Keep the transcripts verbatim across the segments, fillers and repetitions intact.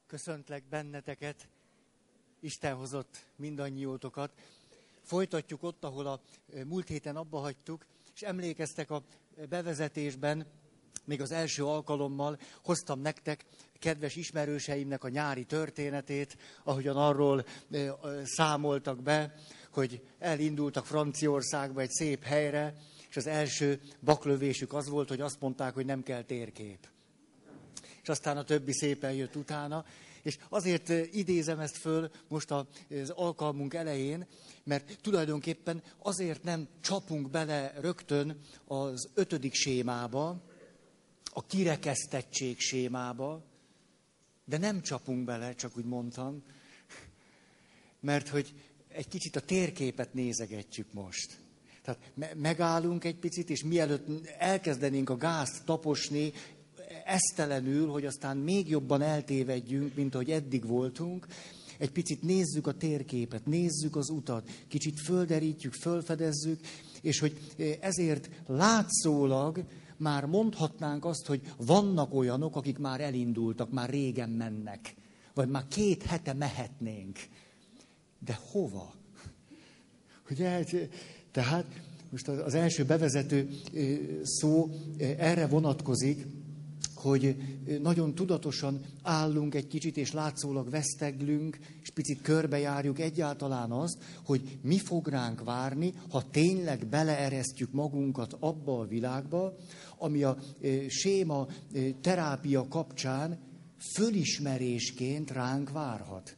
Köszöntlek benneteket, Isten hozott mindannyiótokat. Folytatjuk ott, ahol a múlt héten abba hagytuk, és emlékeztek a bevezetésben, még az első alkalommal hoztam nektek kedves ismerőseimnek a nyári történetét, ahogyan arról számoltak be, hogy elindultak Franciaországba egy szép helyre, és az első baklövésük az volt, hogy azt mondták, hogy nem kell térkép. És aztán a többi szépen jött utána. És azért idézem ezt föl most az alkalmunk elején, mert tulajdonképpen azért nem csapunk bele rögtön az ötödik sémába, a kirekesztettség sémába, de nem csapunk bele, csak úgy mondtam, mert hogy egy kicsit a térképet nézegetjük most. Tehát me- megállunk egy picit, és mielőtt elkezdenénk a gázt taposni, esztelenül, hogy aztán még jobban eltévedjünk, mint ahogy eddig voltunk, egy picit nézzük a térképet, nézzük az utat, kicsit földerítjük, fölfedezzük, és hogy ezért látszólag már mondhatnánk azt, hogy vannak olyanok, akik már elindultak, már régen mennek, vagy már két hete mehetnénk. De hova? Ugye, tehát most az első bevezető szó erre vonatkozik, hogy nagyon tudatosan állunk egy kicsit, és látszólag veszteglünk, és picit körbejárjuk egyáltalán azt, hogy mi fog ránk várni, ha tényleg beleeresztjük magunkat abba a világba, ami a séma terápia kapcsán fölismerésként ránk várhat.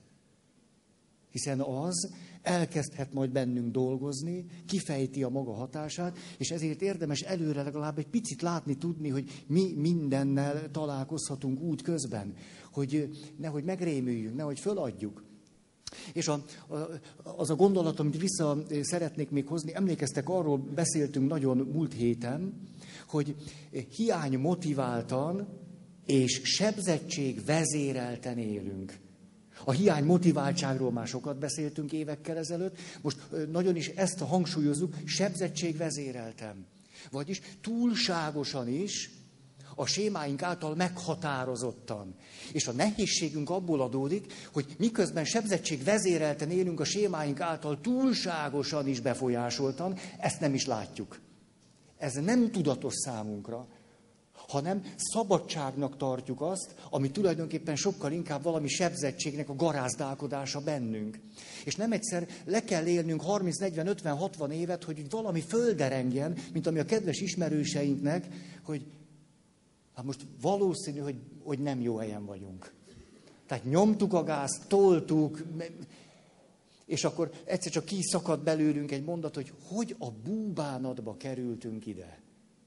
Hiszen az elkezdhet majd bennünk dolgozni, kifejti a maga hatását, és ezért érdemes előre legalább egy picit látni, tudni, hogy mi mindennel találkozhatunk út közben, hogy nehogy megrémüljünk, nehogy föladjuk. És a, a, az a gondolat, amit vissza szeretnék még hozni, emlékeztek, arról beszéltünk nagyon múlt héten, hogy hiány motiváltan és sebzettség vezérelten élünk. A hiány motiváltságról már sokat beszéltünk évekkel ezelőtt, most nagyon is ezt hangsúlyozzuk, sebzettség vezéreltem. Vagyis túlságosan is, a sémáink által meghatározottan. És a nehézségünk abból adódik, hogy miközben sebzettség vezérelten élünk, a sémáink által túlságosan is befolyásoltan, ezt nem is látjuk. Ez nem tudatos számunkra, hanem szabadságnak tartjuk azt, ami tulajdonképpen sokkal inkább valami sebzettségnek a garázdálkodása bennünk. És nem egyszer le kell élnünk harminc, negyven, ötven, hatvan évet, hogy valami földerengjen, mint ami a kedves ismerőseinknek, hogy hát most valószínű, hogy, hogy nem jó helyen vagyunk. Tehát nyomtuk a gázt, toltuk, és akkor egyszer csak kiszakadt belőlünk egy mondat, hogy hogy a búbánatba kerültünk ide.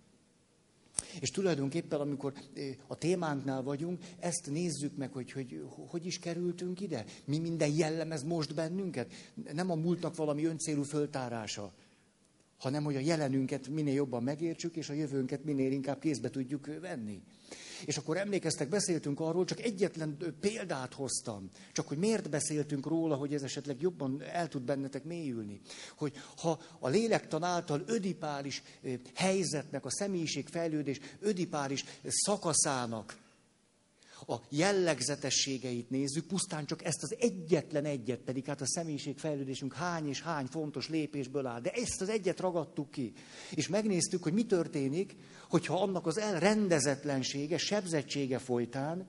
És tulajdonképpen, amikor a témánknál vagyunk, ezt nézzük meg, hogy, hogy hogy is kerültünk ide. Mi minden jellemez most bennünket. Nem a múltnak valami öncélú föltárása, hanem hogy a jelenünket minél jobban megértsük, és a jövőnket minél inkább kézbe tudjuk venni. És akkor emlékeztek, beszéltünk arról, csak egyetlen példát hoztam. Csak hogy miért beszéltünk róla, hogy ez esetleg jobban el tud bennetek mélyülni. Hogy ha a lélektan által ödipális helyzetnek, a személyiségfejlődés ödipális szakaszának a jellegzetességeit nézzük, pusztán csak ezt az egyetlen egyet, pedig hát a személyiségfejlődésünk hány és hány fontos lépésből áll, de ezt az egyet ragadtuk ki. És megnéztük, hogy mi történik, hogyha annak az elrendezetlensége, sebzettsége folytán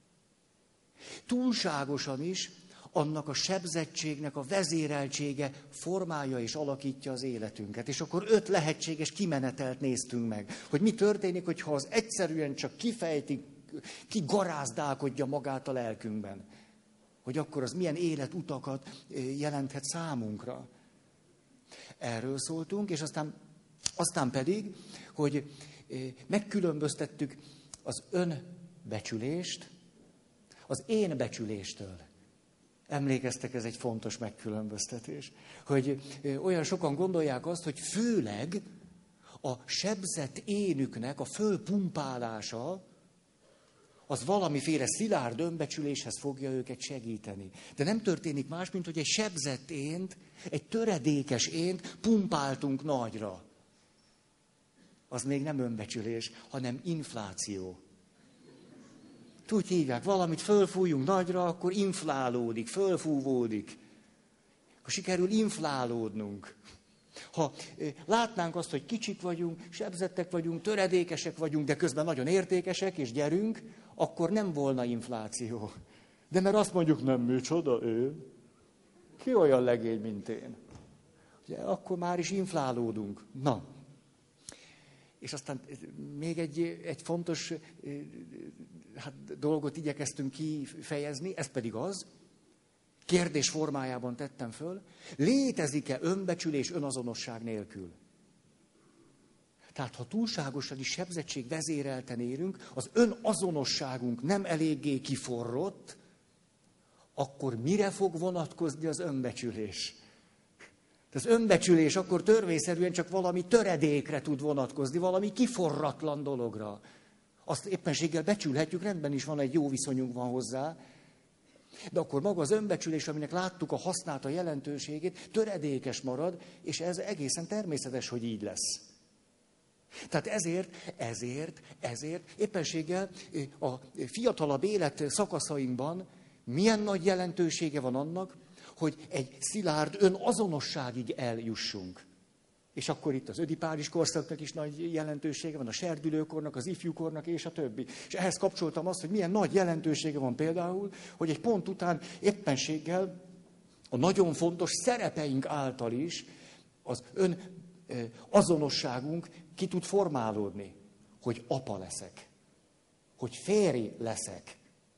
túlságosan is annak a sebzettségnek a vezéreltsége formálja és alakítja az életünket. És akkor öt lehetséges kimenetelt néztünk meg, hogy mi történik, hogyha az egyszerűen csak kifejti, ki garázdálkodja magát a lelkünkben. Hogy akkor az milyen életutakat jelenthet számunkra. Erről szóltunk, és aztán, aztán pedig, hogy megkülönböztettük az önbecsülést az én becsüléstől. Emlékeztek, ez egy fontos megkülönböztetés. Hogy olyan sokan gondolják azt, hogy főleg a sebzett énüknek a fölpumpálása az valamiféle szilárd önbecsüléshez fogja őket segíteni. De nem történik más, mint hogy egy sebzett ént, egy töredékes ént pumpáltunk nagyra. Az még nem önbecsülés, hanem infláció. Úgy hívják, valamit fölfújjunk nagyra, akkor inflálódik, fölfúvódik. Akkor sikerül inflálódnunk. Ha látnánk azt, hogy kicsik vagyunk, sebzettek vagyunk, töredékesek vagyunk, de közben nagyon értékesek, és gyerünk, akkor nem volna infláció. De mert azt mondjuk, nem micsoda ő. Ki olyan legény, mint én? Ugye, akkor már is inflálódunk. Na. És aztán még egy, egy fontos hát, dolgot igyekeztünk kifejezni, ez pedig az, kérdés formájában tettem föl, létezik-e önbecsülés önazonosság nélkül? Tehát, ha túlságosan is sebzettség vezérelten élünk, az önazonosságunk nem eléggé kiforrott, akkor mire fog vonatkozni az önbecsülés? Az önbecsülés akkor törvényszerűen csak valami töredékre tud vonatkozni, valami kiforratlan dologra. Azt éppenséggel becsülhetjük, rendben is van, egy jó viszonyunk van hozzá, de akkor maga az önbecsülés, aminek láttuk a hasznát, a jelentőségét, töredékes marad, és ez egészen természetes, hogy így lesz. Tehát ezért, ezért, ezért éppenséggel a fiatalabb élet szakaszainkban milyen nagy jelentősége van annak, hogy egy szilárd önazonosságig eljussunk. És akkor itt az ödipális korszaknak is nagy jelentősége van, a serdülőkornak, az ifjúkornak és a többi. És ehhez kapcsoltam azt, hogy milyen nagy jelentősége van például, hogy egy pont után éppenséggel a nagyon fontos szerepeink által is az ön azonosságunk ki tud formálódni. Hogy apa leszek, hogy férj leszek,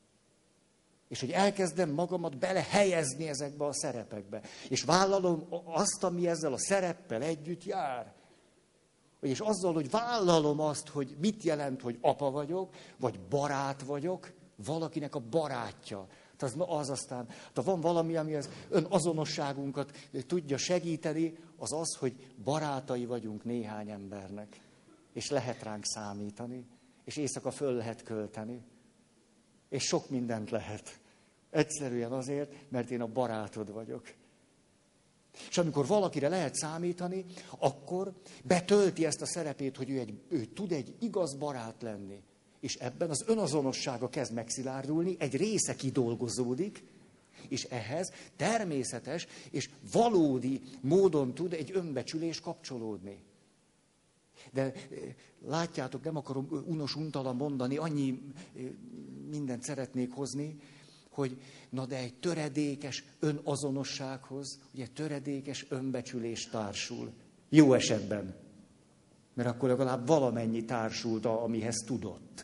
és hogy elkezdem magamat belehelyezni ezekbe a szerepekbe. És vállalom azt, ami ezzel a szereppel együtt jár. És azzal, hogy vállalom azt, hogy mit jelent, hogy apa vagyok, vagy barát vagyok, valakinek a barátja. Az, az aztán, ha van valami, ami az önazonosságunkat tudja segíteni, az az, hogy barátai vagyunk néhány embernek. És lehet ránk számítani. És éjszaka föl lehet költeni. És sok mindent lehet. Egyszerűen azért, mert én a barátod vagyok. És amikor valakire lehet számítani, akkor betölti ezt a szerepét, hogy ő, egy, ő tud egy igaz barát lenni. És ebben az önazonossága kezd megszilárdulni, egy része kidolgozódik, és ehhez természetes és valódi módon tud egy önbecsülés kapcsolódni. De látjátok, nem akarom unos untalan mondani, annyi mindent szeretnék hozni, hogy na de egy töredékes önazonossághoz, ugye töredékes önbecsülés társul. Jó esetben. Mert akkor legalább valamennyi társult, amihez tudott.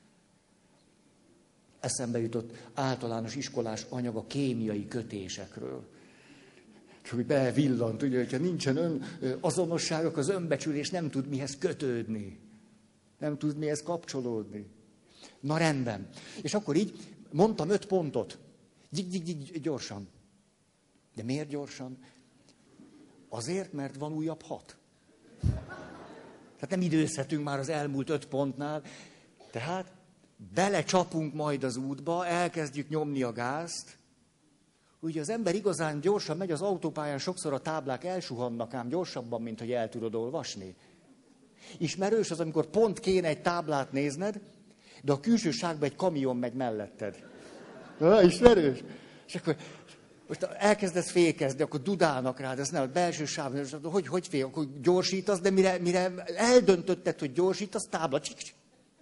Eszembe jutott általános iskolás anyag a kémiai kötésekről. Csak hogy bevillant, ugye, hogyha nincsen ön, azonosságok, az önbecsülés nem tud mihez kötődni. Nem tud mihez kapcsolódni. Na rendben. És akkor így mondtam öt pontot. Gyig, gyig, gyig, gyorsan. De miért gyorsan? Azért, mert van újabb hat. Tehát nem időzhetünk már az elmúlt öt pontnál. Tehát belecsapunk majd az útba, elkezdjük nyomni a gázt. Ugye az ember igazán gyorsan megy az autópályán, sokszor a táblák elsuhannak ám gyorsabban, mint hogy el tudod olvasni. Ismerős az, amikor pont kéne egy táblát nézned, de a külső sávban egy kamion megy melletted. Na, ismerős? És akkor most elkezdesz fékezni, akkor dudálnak rád, ez nem a belső sávban, hogy, hogy fél, akkor gyorsítasz, de mire, mire eldöntötted, hogy gyorsítasz, tábla, csik, csik.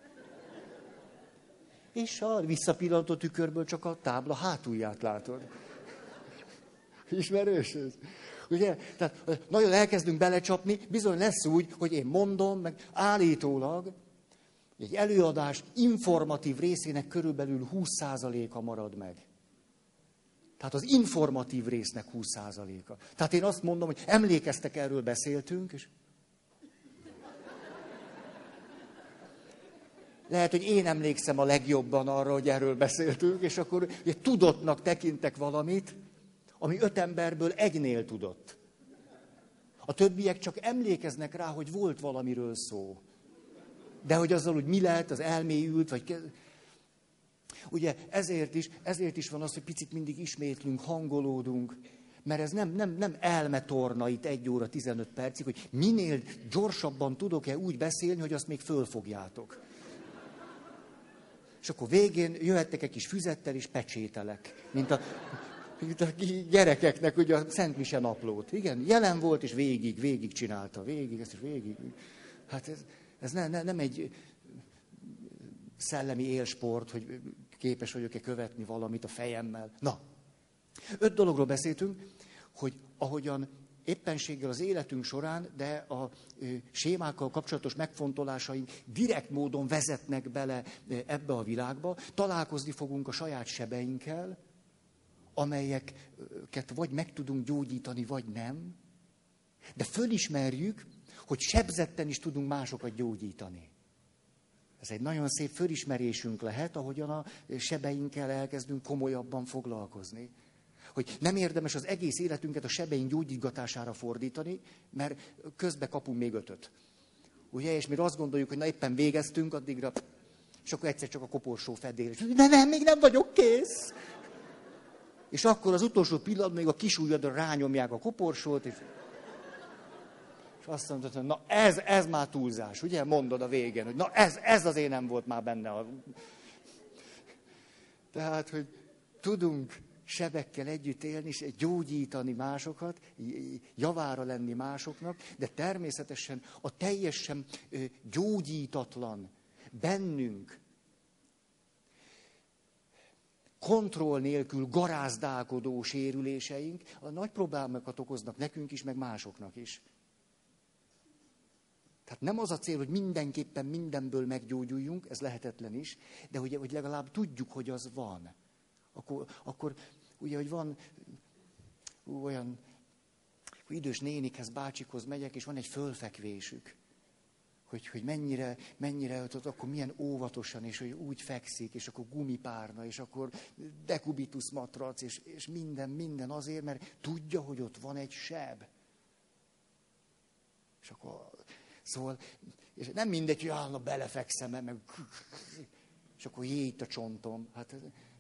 És a visszapillantó tükörből csak a tábla hátulját látod. Ismerős ez? Ugye? Tehát nagyon elkezdünk belecsapni, bizony lesz úgy, hogy én mondom, meg állítólag egy előadás informatív részének körülbelül húsz százaléka marad meg. Tehát az informatív résznek húsz százaléka. Tehát én azt mondom, hogy emlékeztek, erről beszéltünk, és lehet, hogy én emlékszem a legjobban arra, hogy erről beszéltünk, és akkor ugye, tudottnak tekintek valamit, ami öt emberből egynél tudott. A többiek csak emlékeznek rá, hogy volt valamiről szó. De hogy azzal, hogy mi lehet, az elmélyült, vagy... Ugye ezért is, ezért is van az, hogy picit mindig ismétlünk, hangolódunk, mert ez nem, nem, nem elmetorna itt egy óra tizenöt percig, hogy minél gyorsabban tudok-e úgy beszélni, hogy azt még fölfogjátok. És akkor végén jöhettek egy kis füzettel és pecsételek, mint a, mint a gyerekeknek ugye a Szent Mise naplót. Igen, jelen volt, és végig, végig csinálta, végig, ezt is végig. Hát ez, ez ne, ne, nem egy szellemi élsport, hogy képes vagyok-e követni valamit a fejemmel. Na, öt dologról beszéltünk, hogy ahogyan éppenséggel az életünk során, de a ö, sémákkal kapcsolatos megfontolásaink direkt módon vezetnek bele ö, ebbe a világba, találkozni fogunk a saját sebeinkkel, amelyeket vagy meg tudunk gyógyítani, vagy nem, de fölismerjük, hogy sebzetten is tudunk másokat gyógyítani. Ez egy nagyon szép fölismerésünk lehet, ahogyan a sebeinkkel elkezdünk komolyabban foglalkozni. Hogy nem érdemes az egész életünket a sebeink gyógyítgatására fordítani, mert közbe kapunk még ötöt. Ugye, és mi azt gondoljuk, hogy na éppen végeztünk addigra, és akkor egyszer csak a koporsó fedél, és de nem, még nem vagyok kész. És akkor az utolsó pillanatban még a kisujjadra rányomják a koporsót, és, és azt mondod, hogy na ez, ez már túlzás, ugye? Mondod a végén, hogy na ez, ez azért nem volt már benne. A... Tehát, hogy tudunk sebekkel együtt élni, és gyógyítani másokat, javára lenni másoknak, de természetesen a teljesen gyógyítatlan, bennünk, kontroll nélkül garázdálkodó sérüléseink a nagy problémákat okoznak nekünk is, meg másoknak is. Tehát nem az a cél, hogy mindenképpen mindenből meggyógyuljunk, ez lehetetlen is, de hogy, hogy legalább tudjuk, hogy az van. Akkor, akkor ugye, hogy van ú, olyan, hogy idős nénikhez, bácsikhoz megyek, és van egy fölfekvésük. Hogy, hogy mennyire, mennyire, akkor milyen óvatosan, és hogy úgy fekszik, és akkor gumipárna, és akkor dekubitus matrac, és, és minden, minden azért, mert tudja, hogy ott van egy seb. És akkor, szóval, és nem mindegy, hogy állna belefekszem, meg, és akkor jé, itt a csontom. Hát,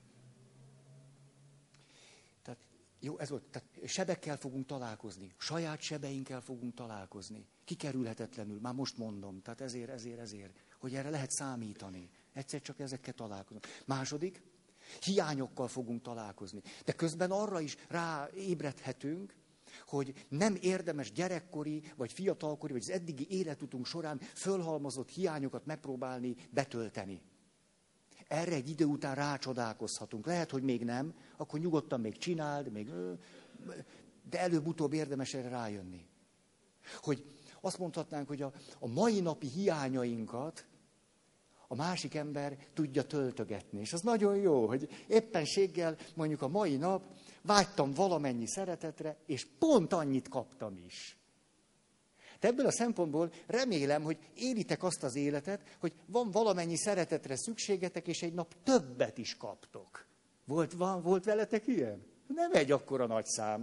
tehát, jó, ez volt, tehát sebekkel fogunk találkozni, saját sebeinkkel fogunk találkozni. Kikerülhetetlenül, már most mondom, tehát ezért, ezért, ezért, hogy erre lehet számítani. Egyszer csak ezekkel találkozunk. Második, hiányokkal fogunk találkozni. De közben arra is ráébredhetünk, hogy nem érdemes gyerekkori, vagy fiatalkori, vagy az eddigi életutunk során fölhalmozott hiányokat megpróbálni betölteni. Erre egy idő után rácsodálkozhatunk. Lehet, hogy még nem, akkor nyugodtan még csináld, még, de előbb-utóbb érdemes erre rájönni. Hogy azt mondhatnánk, hogy a, a mai napi hiányainkat a másik ember tudja töltögetni. És az nagyon jó, hogy éppenséggel mondjuk a mai nap vágytam valamennyi szeretetre, és pont annyit kaptam is. De ebből a szempontból remélem, hogy élitek azt az életet, hogy van valamennyi szeretetre szükségetek, és egy nap többet is kaptok. Volt, van, volt veletek ilyen? Nem egy akkora nagy szám.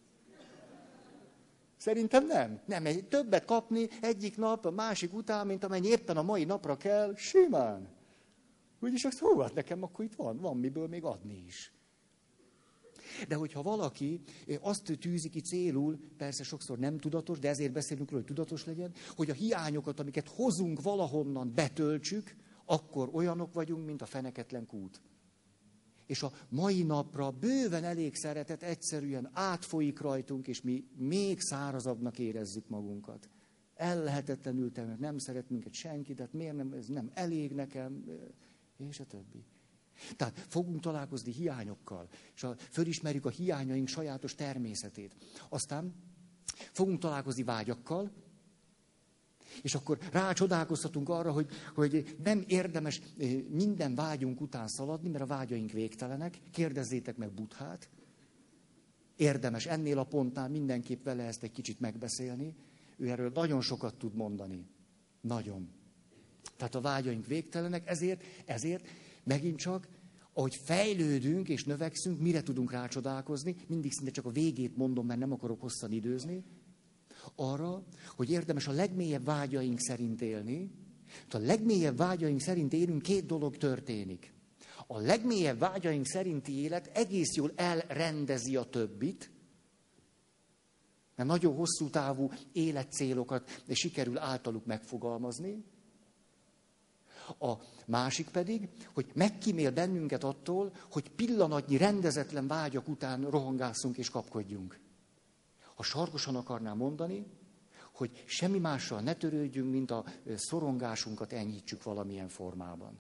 Szerintem nem. Nem, egy többet kapni egyik nap, a másik után, mint amennyi éppen a mai napra kell, simán. Úgyis azt hova nekem, akkor itt van, van miből még adni is. De hogyha valaki azt tűzi ki célul, persze sokszor nem tudatos, de ezért beszélünk róla, hogy tudatos legyen, hogy a hiányokat, amiket hozunk valahonnan, betöltsük, akkor olyanok vagyunk, mint a feneketlen kút. És a mai napra bőven elég szeretet egyszerűen átfolyik rajtunk, és mi még szárazabbnak érezzük magunkat. Ellehetetlenül te, nem szeret minket senki, tehát miért nem, ez nem elég nekem, és a többi. Tehát fogunk találkozni hiányokkal, és a, fölismerjük a hiányaink sajátos természetét. Aztán fogunk találkozni vágyakkal, és akkor rácsodálkozhatunk arra, hogy, hogy nem érdemes minden vágyunk után szaladni, mert a vágyaink végtelenek. Kérdezzétek meg Buddhát. Érdemes ennél a pontnál mindenképp vele ezt egy kicsit megbeszélni. Ő erről nagyon sokat tud mondani. Nagyon. Tehát a vágyaink végtelenek, ezért, ezért megint csak, ahogy fejlődünk és növekszünk, mire tudunk rácsodálkozni, mindig szinte csak a végét mondom, mert nem akarok hosszan időzni, arra, hogy érdemes a legmélyebb vágyaink szerint élni. A legmélyebb vágyaink szerint élünk, két dolog történik. A legmélyebb vágyaink szerinti élet egész jól elrendezi a többit, mert nagyon hosszú távú életcélokat sikerül általuk megfogalmazni. A másik pedig, hogy megkímél bennünket attól, hogy pillanatnyi rendezetlen vágyak után rohangászunk és kapkodjunk. Ha sarkosan akarnám mondani, hogy semmi mással ne törődjünk, mint a szorongásunkat enyhítsük valamilyen formában.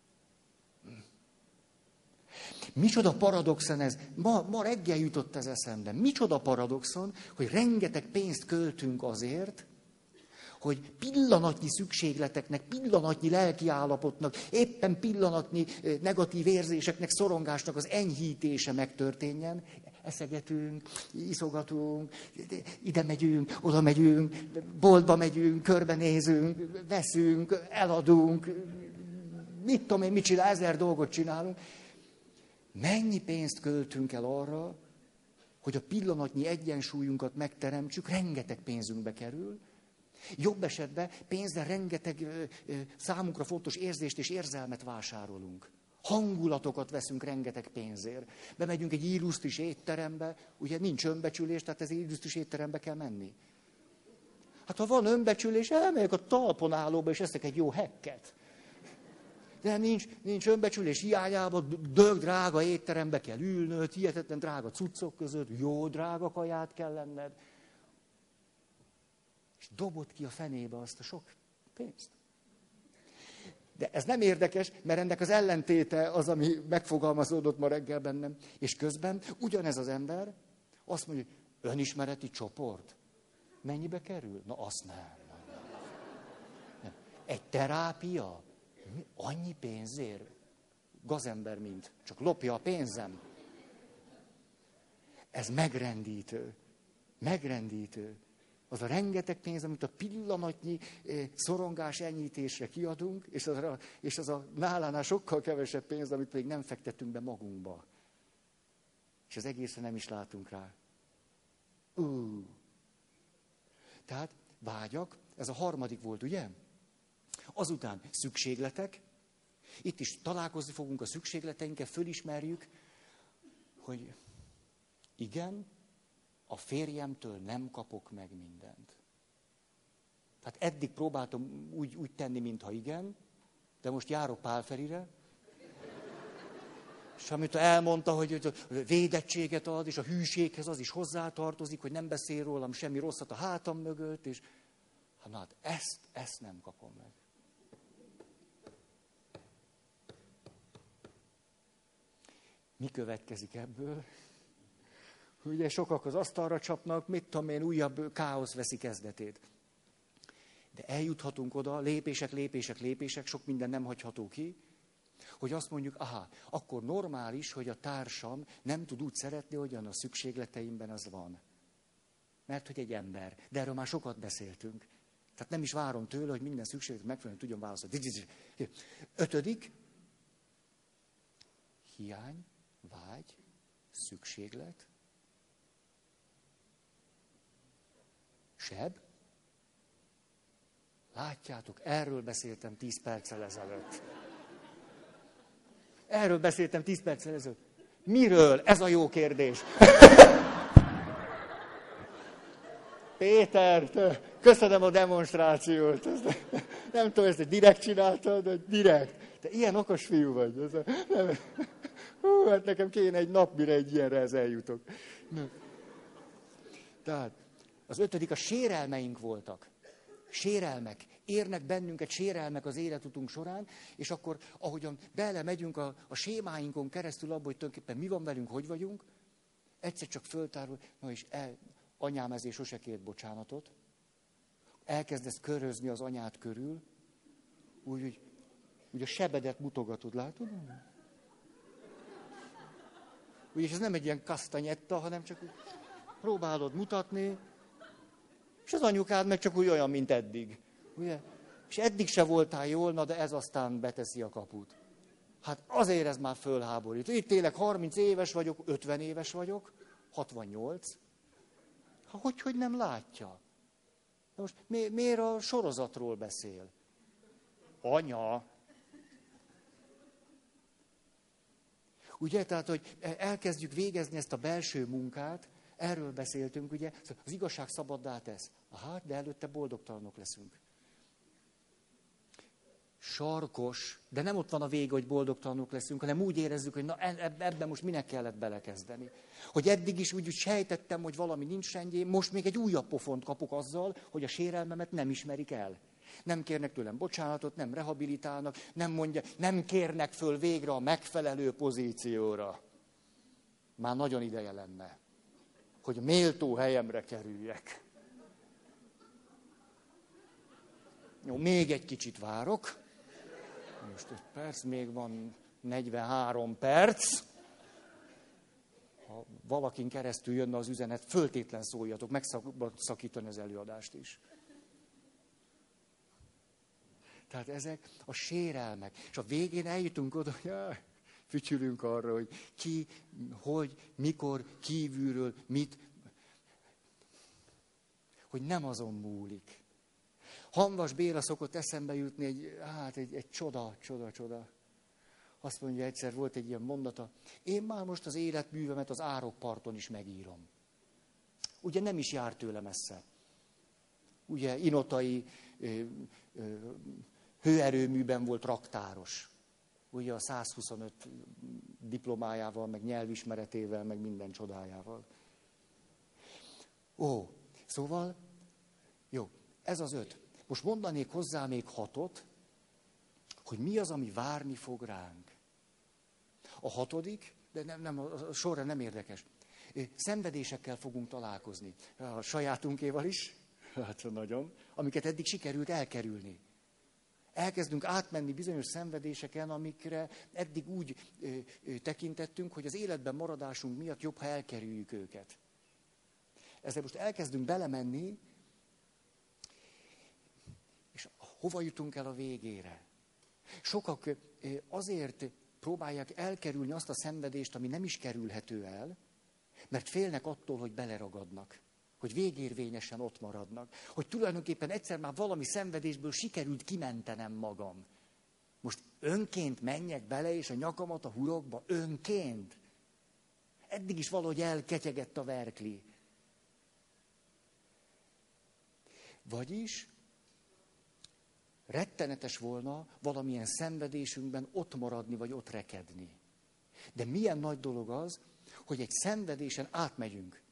Micsoda paradoxon ez, ma, ma reggel jutott ez eszembe. Micsoda paradoxon, hogy rengeteg pénzt költünk azért, hogy pillanatnyi szükségleteknek, pillanatnyi lelkiállapotnak, éppen pillanatnyi negatív érzéseknek, szorongásnak az enyhítése megtörténjen. Eszegetünk, iszogatunk, ide megyünk, oda megyünk, boltba megyünk, körbenézünk, veszünk, eladunk, mit tudom én, mit csinál, ezer dolgot csinálunk. Mennyi pénzt költünk el arra, hogy a pillanatnyi egyensúlyunkat megteremtsük, rengeteg pénzünkbe kerül. Jobb esetben pénzzel rengeteg számunkra fontos érzést és érzelmet vásárolunk. Hangulatokat veszünk rengeteg pénzért. Bemegyünk egy illusztris étterembe, ugye nincs önbecsülés, tehát ez illusztris étterembe kell menni. Hát ha van önbecsülés, elmegyek a talpon állóba és eszek egy jó hekket. De nincs, nincs önbecsülés hiányában, dög drága étterembe kell ülnöd, hihetetlen drága cuccok között, jó drága kaját kell lenned. És dobod ki a fenébe azt a sok pénzt. De ez nem érdekes, mert ennek az ellentéte az, ami megfogalmazódott ma reggel bennem. És közben ugyanez az ember azt mondja, hogy önismereti csoport. Mennyibe kerül? Na azt nem. nem. Egy terápia? Annyi pénzért? Gazember mint. Csak lopja a pénzem. Ez megrendítő. Megrendítő. Az a rengeteg pénz, amit a pillanatnyi szorongás enyhítésre kiadunk, és az a, és az a nálánál sokkal kevesebb pénz, amit pedig nem fektetünk be magunkba. És az egészen nem is látunk rá. Uh. Tehát vágyak, ez a harmadik volt, ugye? Azután szükségletek. Itt is találkozni fogunk a szükségleteinkkel, fölismerjük, hogy igen, a férjemtől nem kapok meg mindent. Tehát eddig próbáltam úgy, úgy tenni, mintha igen, de most járok Pál Ferire, és amit elmondta, hogy a védettséget ad, és a hűséghez az is hozzátartozik, hogy nem beszél rólam semmi rosszat a hátam mögött, és hát, na, hát ezt, ezt nem kapom meg. Mi következik ebből? Ugye sokak az asztalra csapnak, mit tudom én, újabb káosz veszi kezdetét. De eljuthatunk oda, lépések, lépések, lépések, sok minden nem hagyható ki, hogy azt mondjuk, aha, akkor normális, hogy a társam nem tud úgy szeretni, hogyan a szükségleteimben az van. Mert hogy egy ember. De erről már sokat beszéltünk. Tehát nem is várom tőle, hogy minden szükségletet megfelelően tudjon válaszolni. Ötödik, hiány, vágy, szükséglet, seb. Látjátok, erről beszéltem tíz perccel ezelőtt. Erről beszéltem tíz perccel ezelőtt. Miről? Ez a jó kérdés. Péter, köszönöm a demonstrációt. Nem tudom, ezt direkt csináltad, de direkt. Te ilyen okos fiú vagy. Nem. Hú, hát nekem kéne egy nap, mire egy ilyenre eljutok. Tehát az ötödik, a sérelmeink voltak. Sérelmek. Érnek bennünket sérelmek az életutunk során, és akkor, ahogyan belemegyünk a, a sémáinkon keresztül abba, hogy tulajdonképpen mi van velünk, hogy vagyunk, egyszer csak föltárul, na és el, anyám ezért sose kért bocsánatot. Elkezdesz körözni az anyád körül, úgy, úgy, úgy a sebedet mutogatod, látod? Úgy, és ez nem egy ilyen kasztanyetta, hanem csak úgy próbálod mutatni, és az anyukád meg csak úgy olyan, mint eddig. Ugye? És eddig se voltál jól, na de ez aztán beteszi a kaput. Hát azért ez már fölháborít. Itt tényleg harminc éves vagyok, ötven éves vagyok, hatvannyolc. Ha hogy, hogy nem látja? De most mi, miért a sorozatról beszél? Anya! Ugye, tehát, hogy elkezdjük végezni ezt a belső munkát, erről beszéltünk, ugye, az igazság szabaddá tesz. Aha, de előtte boldogtalanok leszünk. sarkos, de nem ott van a vége, hogy boldogtalanok leszünk, hanem úgy érezzük, hogy na ebben most minek kellett belekezdeni. Hogy eddig is úgy, úgy sejtettem, hogy valami nincs rendjén, most még egy újabb pofont kapok azzal, hogy a sérelmemet nem ismerik el. Nem kérnek tőlem bocsánatot, nem rehabilitálnak, nem mondja, nem kérnek föl végre a megfelelő pozícióra. Már nagyon ideje lenne, hogy méltó helyemre kerüljek. Jó, még egy kicsit várok. Most egy perc, még van negyvenhárom perc. Ha valakin keresztül jönne az üzenet, föltétlen szóljatok, megszakítani az előadást is. Tehát ezek a sérelmek. És a végén eljutunk oda, hogy jaj, fütyülünk arra, hogy ki, hogy, mikor, kívülről, mit. Hogy nem azon múlik. Hamvas Béla szokott eszembe jutni, egy, hát egy, egy csoda, csoda, csoda. Azt mondja, egyszer volt egy ilyen mondata, én már most az életművemet az árokparton is megírom. Ugye nem is jár tőle messze. Ugye inotai ö, ö, hőerőműben volt raktáros. Ugye a százhuszonöt diplomájával, meg nyelvismeretével, meg minden csodájával. Ó, szóval, jó, ez az öt. Most mondanék hozzá még hatot, hogy mi az, ami várni fog ránk. A hatodik, de nem, nem, a sorra nem érdekes. Szenvedésekkel fogunk találkozni. A sajátunkéval is, hát nagyon, amiket eddig sikerült elkerülni. Elkezdünk átmenni bizonyos szenvedéseken, amikre eddig úgy ö, ö, tekintettünk, hogy az életben maradásunk miatt jobb, ha elkerüljük őket. Ezzel most elkezdünk belemenni, és hova jutunk el a végére? Sokak ö, azért próbálják elkerülni azt a szenvedést, ami nem is kerülhető el, mert félnek attól, hogy beleragadnak. Hogy végérvényesen ott maradnak. Hogy tulajdonképpen egyszer már valami szenvedésből sikerült kimentenem magam. Most önként menjek bele, és a nyakamat a hurokba önként. Eddig is valahogy elketyegett a verkli. Vagyis rettenetes volna valamilyen szenvedésünkben ott maradni, vagy ott rekedni. De milyen nagy dolog az, hogy egy szenvedésen átmegyünk.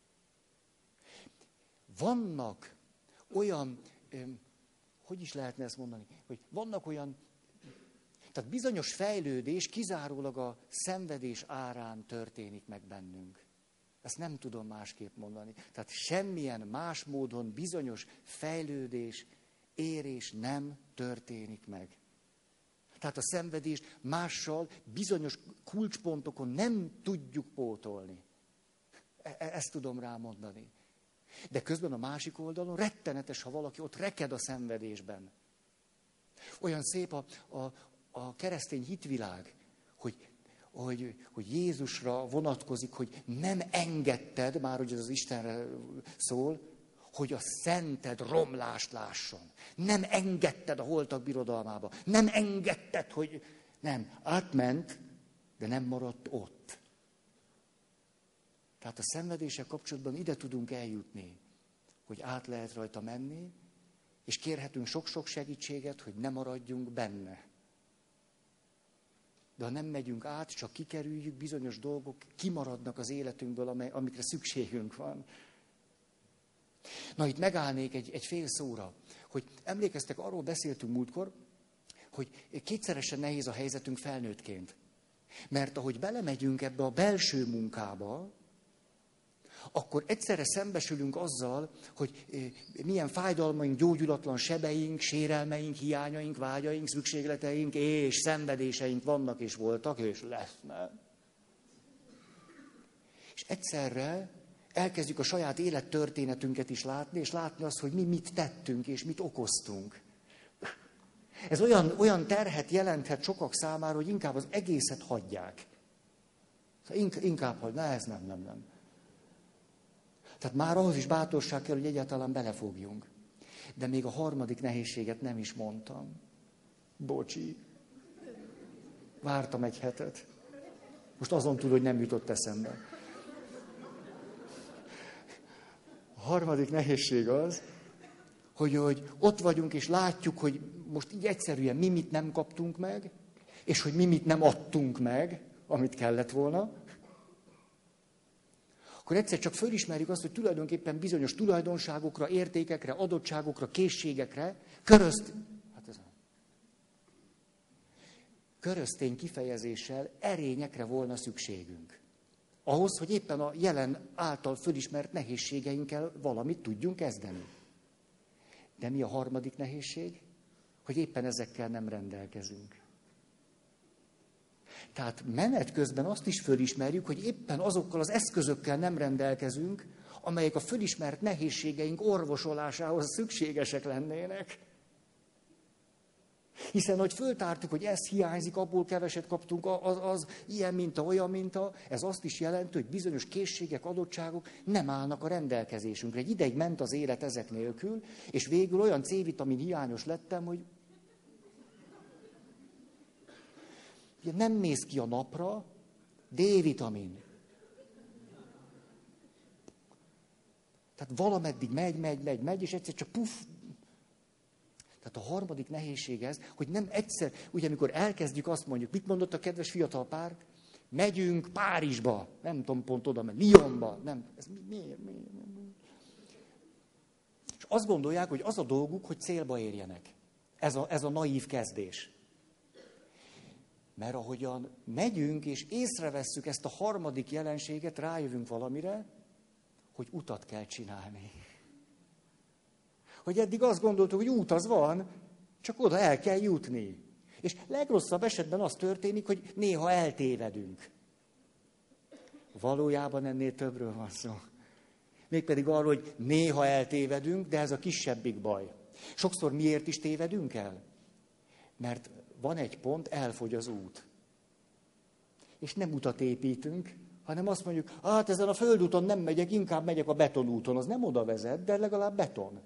Vannak olyan, hogy is lehetne ezt mondani, hogy vannak olyan, tehát bizonyos fejlődés kizárólag a szenvedés árán történik meg bennünk. Ezt nem tudom másképp mondani. Tehát semmilyen más módon bizonyos fejlődés, érés nem történik meg. Tehát a szenvedést mással bizonyos kulcspontokon nem tudjuk pótolni. E- ezt tudom rámondani. De közben a másik oldalon rettenetes, ha valaki ott reked a szenvedésben. Olyan szép a, a, a keresztény hitvilág, hogy, hogy, hogy Jézusra vonatkozik, hogy nem engedted, már hogy ez az Istenre szól, hogy a szented romlást lásson. Nem engedted a holtak birodalmába. Nem engedted, hogy nem. Átment, de nem maradt ott. Tehát a szenvedéssel kapcsolatban ide tudunk eljutni, hogy át lehet rajta menni, és kérhetünk sok-sok segítséget, hogy ne maradjunk benne. De ha nem megyünk át, csak kikerüljük, bizonyos dolgok kimaradnak az életünkből, amely, amikre szükségünk van. Na, itt megállnék egy, egy fél szóra, hogy emlékeztek, arról beszéltünk múltkor, hogy kétszeresen nehéz a helyzetünk felnőttként. Mert ahogy belemegyünk ebbe a belső munkába, akkor egyszerre szembesülünk azzal, hogy milyen fájdalmaink, gyógyulatlan sebeink, sérelmeink, hiányaink, vágyaink, szükségleteink és szenvedéseink vannak és voltak, és lesznek. És egyszerre elkezdjük a saját élettörténetünket is látni, és látni azt, hogy mi mit tettünk, és mit okoztunk. Ez olyan, olyan terhet jelenthet sokak számára, hogy inkább az egészet hagyják. Inkább, hogy ne, ez nem, nem, nem. Tehát már ahhoz is bátorság kell, hogy egyáltalán belefogjunk. De még a harmadik nehézséget nem is mondtam. Bocsi. Vártam egy hetet. Most azon túl, hogy nem jutott eszembe. A harmadik nehézség az, hogy, hogy ott vagyunk, és látjuk, hogy most így egyszerűen mi mit nem kaptunk meg, és hogy mi mit nem adtunk meg, amit kellett volna, akkor egyszer csak fölismerjük azt, hogy tulajdonképpen bizonyos tulajdonságokra, értékekre, adottságokra, készségekre, körözt, hát ez köröztény kifejezéssel erényekre volna szükségünk. Ahhoz, hogy éppen a jelen által fölismert nehézségeinkkel valamit tudjunk kezdeni. De mi a harmadik nehézség? Hogy éppen ezekkel nem rendelkezünk. Tehát menet közben azt is fölismerjük, hogy éppen azokkal az eszközökkel nem rendelkezünk, amelyek a fölismert nehézségeink orvosolásához szükségesek lennének. Hiszen, hogy föltártuk, hogy ez hiányzik, abból keveset kaptunk, az, az ilyen minta, olyan minta, ez azt is jelenti, hogy bizonyos készségek, adottságok nem állnak a rendelkezésünkre. Egy ideig ment az élet ezek nélkül, és végül olyan C-vitamin hiányos lettem, hogy ugye nem mész ki a napra, D-vitamin. Tehát valameddig megy, megy, megy, megy, és egyszer csak puff. Tehát a harmadik nehézség ez, hogy nem egyszer, ugye amikor elkezdjük azt mondjuk, mit mondott a kedves fiatal pár? Megyünk Párizsba, nem tudom pont oda, mert Lyonba, nem, ez miért, miért, miért? És azt gondolják, hogy az a dolguk, hogy célba érjenek. Ez a, ez a naív kezdés. Mert ahogyan megyünk és észrevesszük ezt a harmadik jelenséget, rájövünk valamire, hogy utat kell csinálni. Hogy eddig azt gondoltuk, hogy út az van, csak oda el kell jutni. És legrosszabb esetben az történik, hogy néha eltévedünk. Valójában ennél többről van szó. Mégpedig arról, hogy néha eltévedünk, de ez a kisebbik baj. Sokszor miért is tévedünk el? Mert van egy pont, elfogy az út. És nem utat építünk, hanem azt mondjuk, hát ezen a földúton nem megyek, inkább megyek a betonúton. Az nem oda vezet, de legalább beton.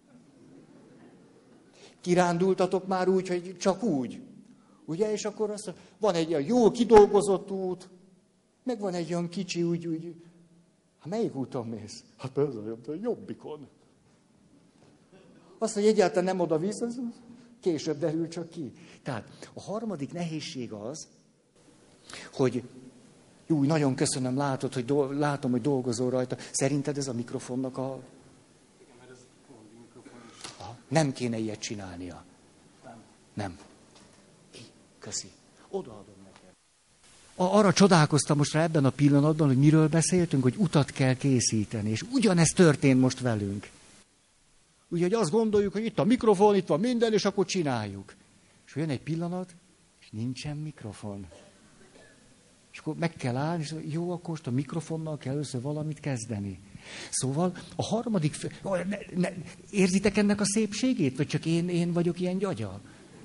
Kirándultatok már úgy, hogy csak úgy. Ugye? És akkor azt mondja, van egy olyan jól kidolgozott út, meg van egy olyan kicsi, úgy, úgy. Hát melyik úton mész? Hát ez a jobbikon. Azt, hogy egyáltalán nem oda visz, az később derül csak ki. Tehát a harmadik nehézség az, hogy jó, nagyon köszönöm, látod, hogy do, látom, hogy dolgozol rajta. Szerinted ez a mikrofonnak a... Igen, mert ez pont mikrofon is. Aha, nem kéne ilyet csinálnia. Nem. Nem. Köszi. Odaadom neked. Arra csodálkoztam most rá ebben a pillanatban, hogy miről beszéltünk, hogy utat kell készíteni. És ugyanezt történt most velünk. Úgyhogy azt gondoljuk, hogy itt a mikrofon, itt van minden, és akkor csináljuk. És jön egy pillanat, és nincsen mikrofon. És akkor meg kell állni, és jó, akkor most a mikrofonnal kell először valamit kezdeni. Szóval a harmadik... Fe... Ne, ne, érzitek ennek a szépségét? Vagy csak én, én vagyok ilyen gyagya?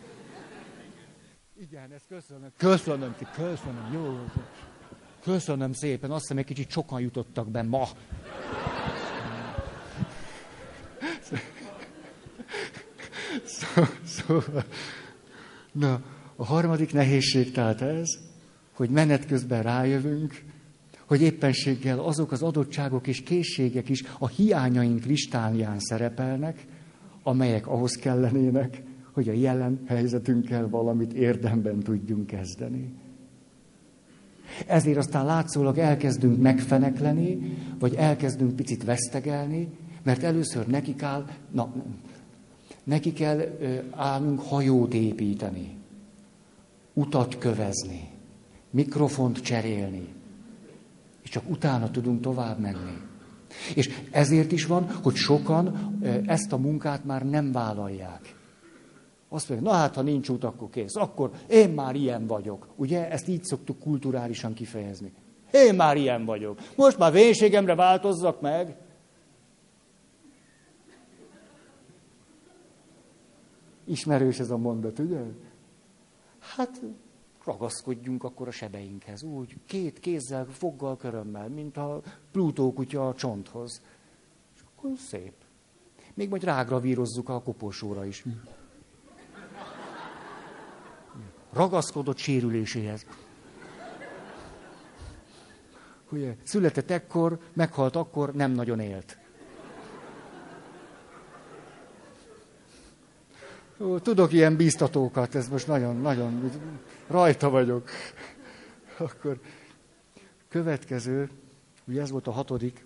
Igen, ezt köszönöm. Köszönöm, köszönöm, jó. Köszönöm szépen, azt hiszem, egy kicsit sokan jutottak be ma. Szóval, na, a harmadik nehézség tehát ez, hogy menet közben rájövünk, hogy éppenséggel azok az adottságok és készségek is a hiányaink listáján szerepelnek, amelyek ahhoz kellenének, hogy a jelen helyzetünkkel valamit érdemben tudjunk kezdeni. Ezért aztán látszólag elkezdünk megfenekleni, vagy elkezdünk picit vesztegelni, mert először neki kell, na, neki kell állnunk hajót építeni, utat kövezni, mikrofont cserélni, és csak utána tudunk tovább menni. És ezért is van, hogy sokan ezt a munkát már nem vállalják. Azt mondják, na hát, ha nincs út, akkor kész. Akkor én már ilyen vagyok. Ugye, ezt így szoktuk kulturálisan kifejezni. Én már ilyen vagyok. Most már vénségemre változzak meg. Ismerős ez a mondat, ugye? Hát ragaszkodjunk akkor a sebeinkhez. Úgy, két kézzel, foggal, körömmel, mint a Plutó kutya a csonthoz. És akkor szép. Még majd rágravírozzuk a koporsóra is. Ragaszkodott sérüléséhez. Ugye, született ekkor, meghalt akkor, nem nagyon élt. Ó, tudok ilyen bíztatókat, ez most nagyon, nagyon rajta vagyok. Akkor következő, ugye ez volt a hatodik.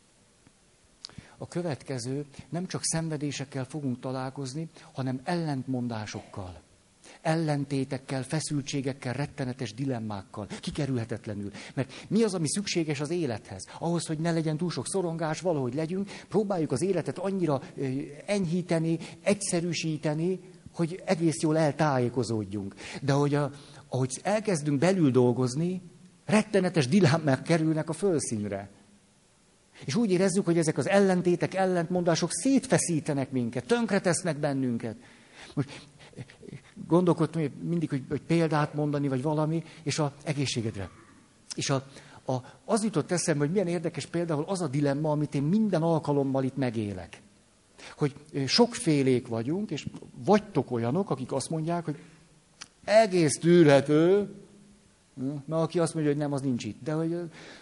A következő, nem csak szenvedésekkel fogunk találkozni, hanem ellentmondásokkal, ellentétekkel, feszültségekkel, rettenetes dilemmákkal, kikerülhetetlenül. Mert mi az, ami szükséges az élethez? Ahhoz, hogy ne legyen túl sok szorongás, valahogy legyünk, próbáljuk az életet annyira enyhíteni, egyszerűsíteni, hogy egész jól eltájékozódjunk. De ahogy, a, ahogy elkezdünk belül dolgozni, rettenetes dilemmák kerülnek a fölszínre. És úgy érezzük, hogy ezek az ellentétek, ellentmondások szétfeszítenek minket, tönkretesznek bennünket. Most gondolkodtam mindig, hogy, hogy példát mondani, vagy valami, és az egészségedre. És a, a, az jutott eszembe, hogy milyen érdekes például az a dilemma, amit én minden alkalommal itt megélek. Hogy sokfélék vagyunk, és vagytok olyanok, akik azt mondják, hogy egész tűrhető, na, aki azt mondja, hogy nem, az nincs itt. De hogy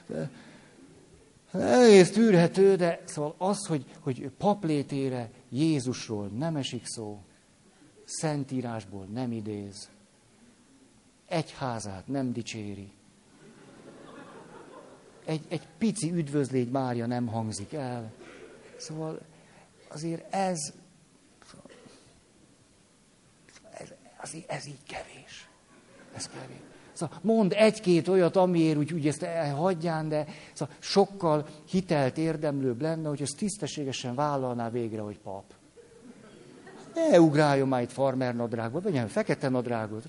egész tűrhető, de szóval az, hogy, hogy paplétére Jézusról nem esik szó, Szentírásból nem idéz, egyházát nem dicséri, egy, egy pici üdvözlégy Mária nem hangzik el. Szóval azért ez, ez, azért ez így kevés. Ez kevés. Szóval mond egy-két olyat, amiért úgy, úgy ezt hagyján, de szóval sokkal hitelt érdemlőbb lenne, hogy ezt tisztességesen vállalná végre, hogy pap. Ne ugráljon már itt farmer nadrágba, vagy nem, fekete nadrágot.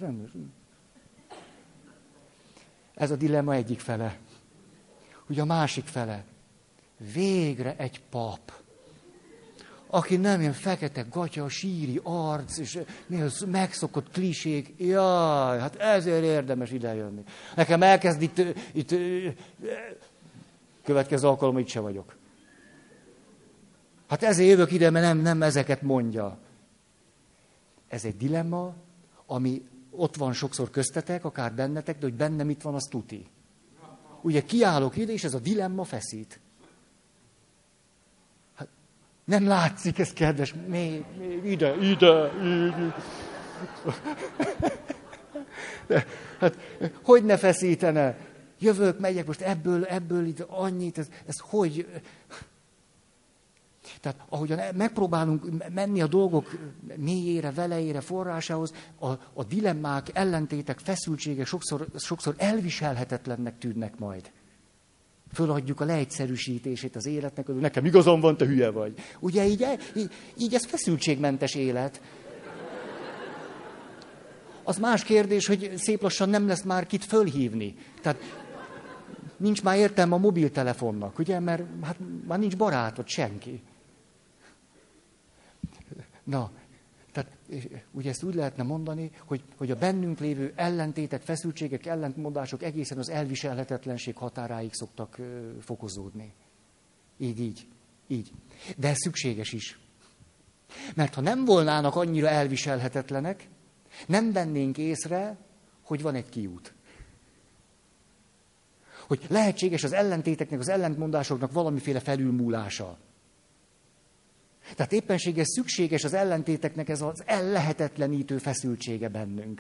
Ez a dilemma egyik fele. Ugye a másik fele. Végre egy pap, aki nem ilyen fekete gatya, síri arc, és megszokott klisék. Jaj, hát ezért érdemes idejönni. Nekem elkezd itt, itt következő alkalommal itt se vagyok. Hát ezért jövök ide, mert nem, nem ezeket mondja. Ez egy dilemma, ami ott van sokszor köztetek, akár bennetek, de hogy bennem itt van, az tuti. Ugye kiállok ide, és ez a dilemma feszít. Hát nem látszik, ez kedves. Még, még ide, ide, ide. De, hát hogy ne feszítene? Jövök, megyek, most ebből, ebből itt annyit, ez, ez hogy... Tehát ahogyan megpróbálunk menni a dolgok mélyére, velejére, forrásához, a, a dilemmák, ellentétek, feszültségek sokszor, sokszor elviselhetetlennek tűnnek majd. Föladjuk a leegyszerűsítését az életnek, hogy nekem igazam van, te hülye vagy. Ugye így, így, így ez feszültségmentes élet. Az más kérdés, hogy szép lassan nem lesz már kit fölhívni. Tehát nincs már értelme a mobiltelefonnak, ugye, mert hát már nincs barátod, senki. Na, tehát ugye ezt úgy lehetne mondani, hogy, hogy a bennünk lévő ellentétek, feszültségek, ellentmondások egészen az elviselhetetlenség határáig szoktak ö, fokozódni. Így, így, így. De ez szükséges is. Mert ha nem volnának annyira elviselhetetlenek, nem vennénk észre, hogy van egy kiút. Hogy lehetséges az ellentéteknek, az ellentmondásoknak valamiféle felülmúlása. Tehát éppenséggel szükséges az ellentéteknek ez az ellehetetlenítő feszültsége bennünk.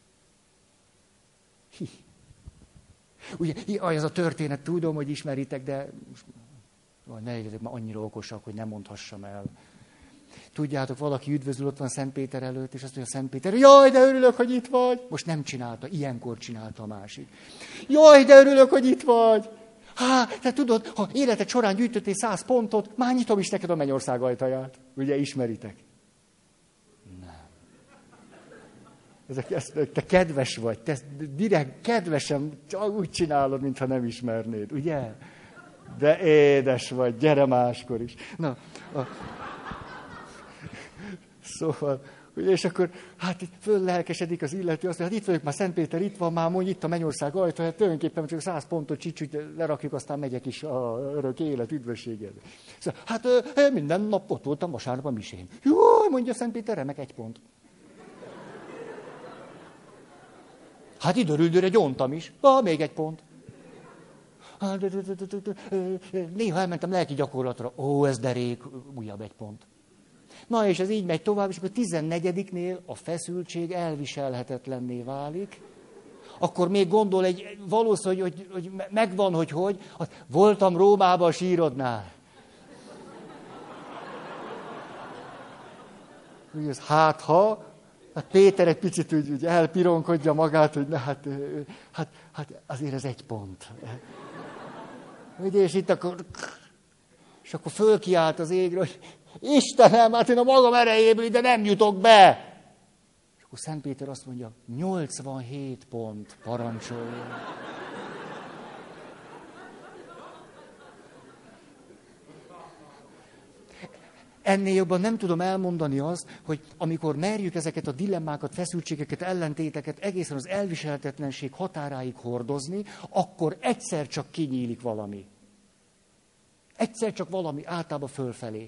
Hi. Ugye, az a történet, tudom, hogy ismeritek, de ne legyetek már annyira okosak, hogy nem mondhassam el. Tudjátok, valaki üdvözül, ott van Szent Péter előtt, és azt mondja Szent Péter, jaj, de örülök, hogy itt vagy. Most nem csinálta, ilyenkor csinálta a másik. Jaj, de örülök, hogy itt vagy. Há, te tudod, ha életed során gyűjtöttél száz pontot, már nyitom is neked a mennyország ajtaját. Ugye ismeritek? Nem. Ezek, ez, te kedves vagy, te direkt kedvesen úgy csinálod, mintha nem ismernéd, ugye? De édes vagy, gyere máskor is. Na, a... Szóval, ugye, és akkor, hát itt föllelkesedik az illető, azt mondja, hát itt vagyok, már Szent Péter itt van, már mondj itt a mennyország ajta, hát tulajdonképpen csak száz pontot csicsúgy lerakjuk, aztán megyek is a örök élet üdvösséged. Szóval, hát minden nap ott voltam vasárnap a misén. Jó, mondja Szent Péter, remek, egy pont. Hát időről gyóntam is, ah, még egy pont. Néha elmentem lelki gyakorlatra, ó, ez derék, újabb egy pont. Na és ez így megy tovább, és akkor a tizennegyediknél a feszültség elviselhetetlenné válik. Akkor még gondol egy valószínű, hogy, hogy, hogy megvan, hogy hogy. Voltam Rómában a sírodnál. Hát ha, hát Péter egy picit úgy, úgy elpironkodja magát, hogy na, hát, hát, hát azért ez egy pont. Ugye, és itt akkor, és akkor fölkiált az égre, hogy Istenem, hát én a magam erejéből ide nem jutok be. És akkor Szent Péter azt mondja, nyolcvanhét pont, parancsoljon. Ennél jobban nem tudom elmondani azt, hogy amikor merjük ezeket a dilemmákat, feszültségeket, ellentéteket egészen az elviselhetetlenség határáig hordozni, akkor egyszer csak kinyílik valami. Egyszer csak valami, általában fölfelé.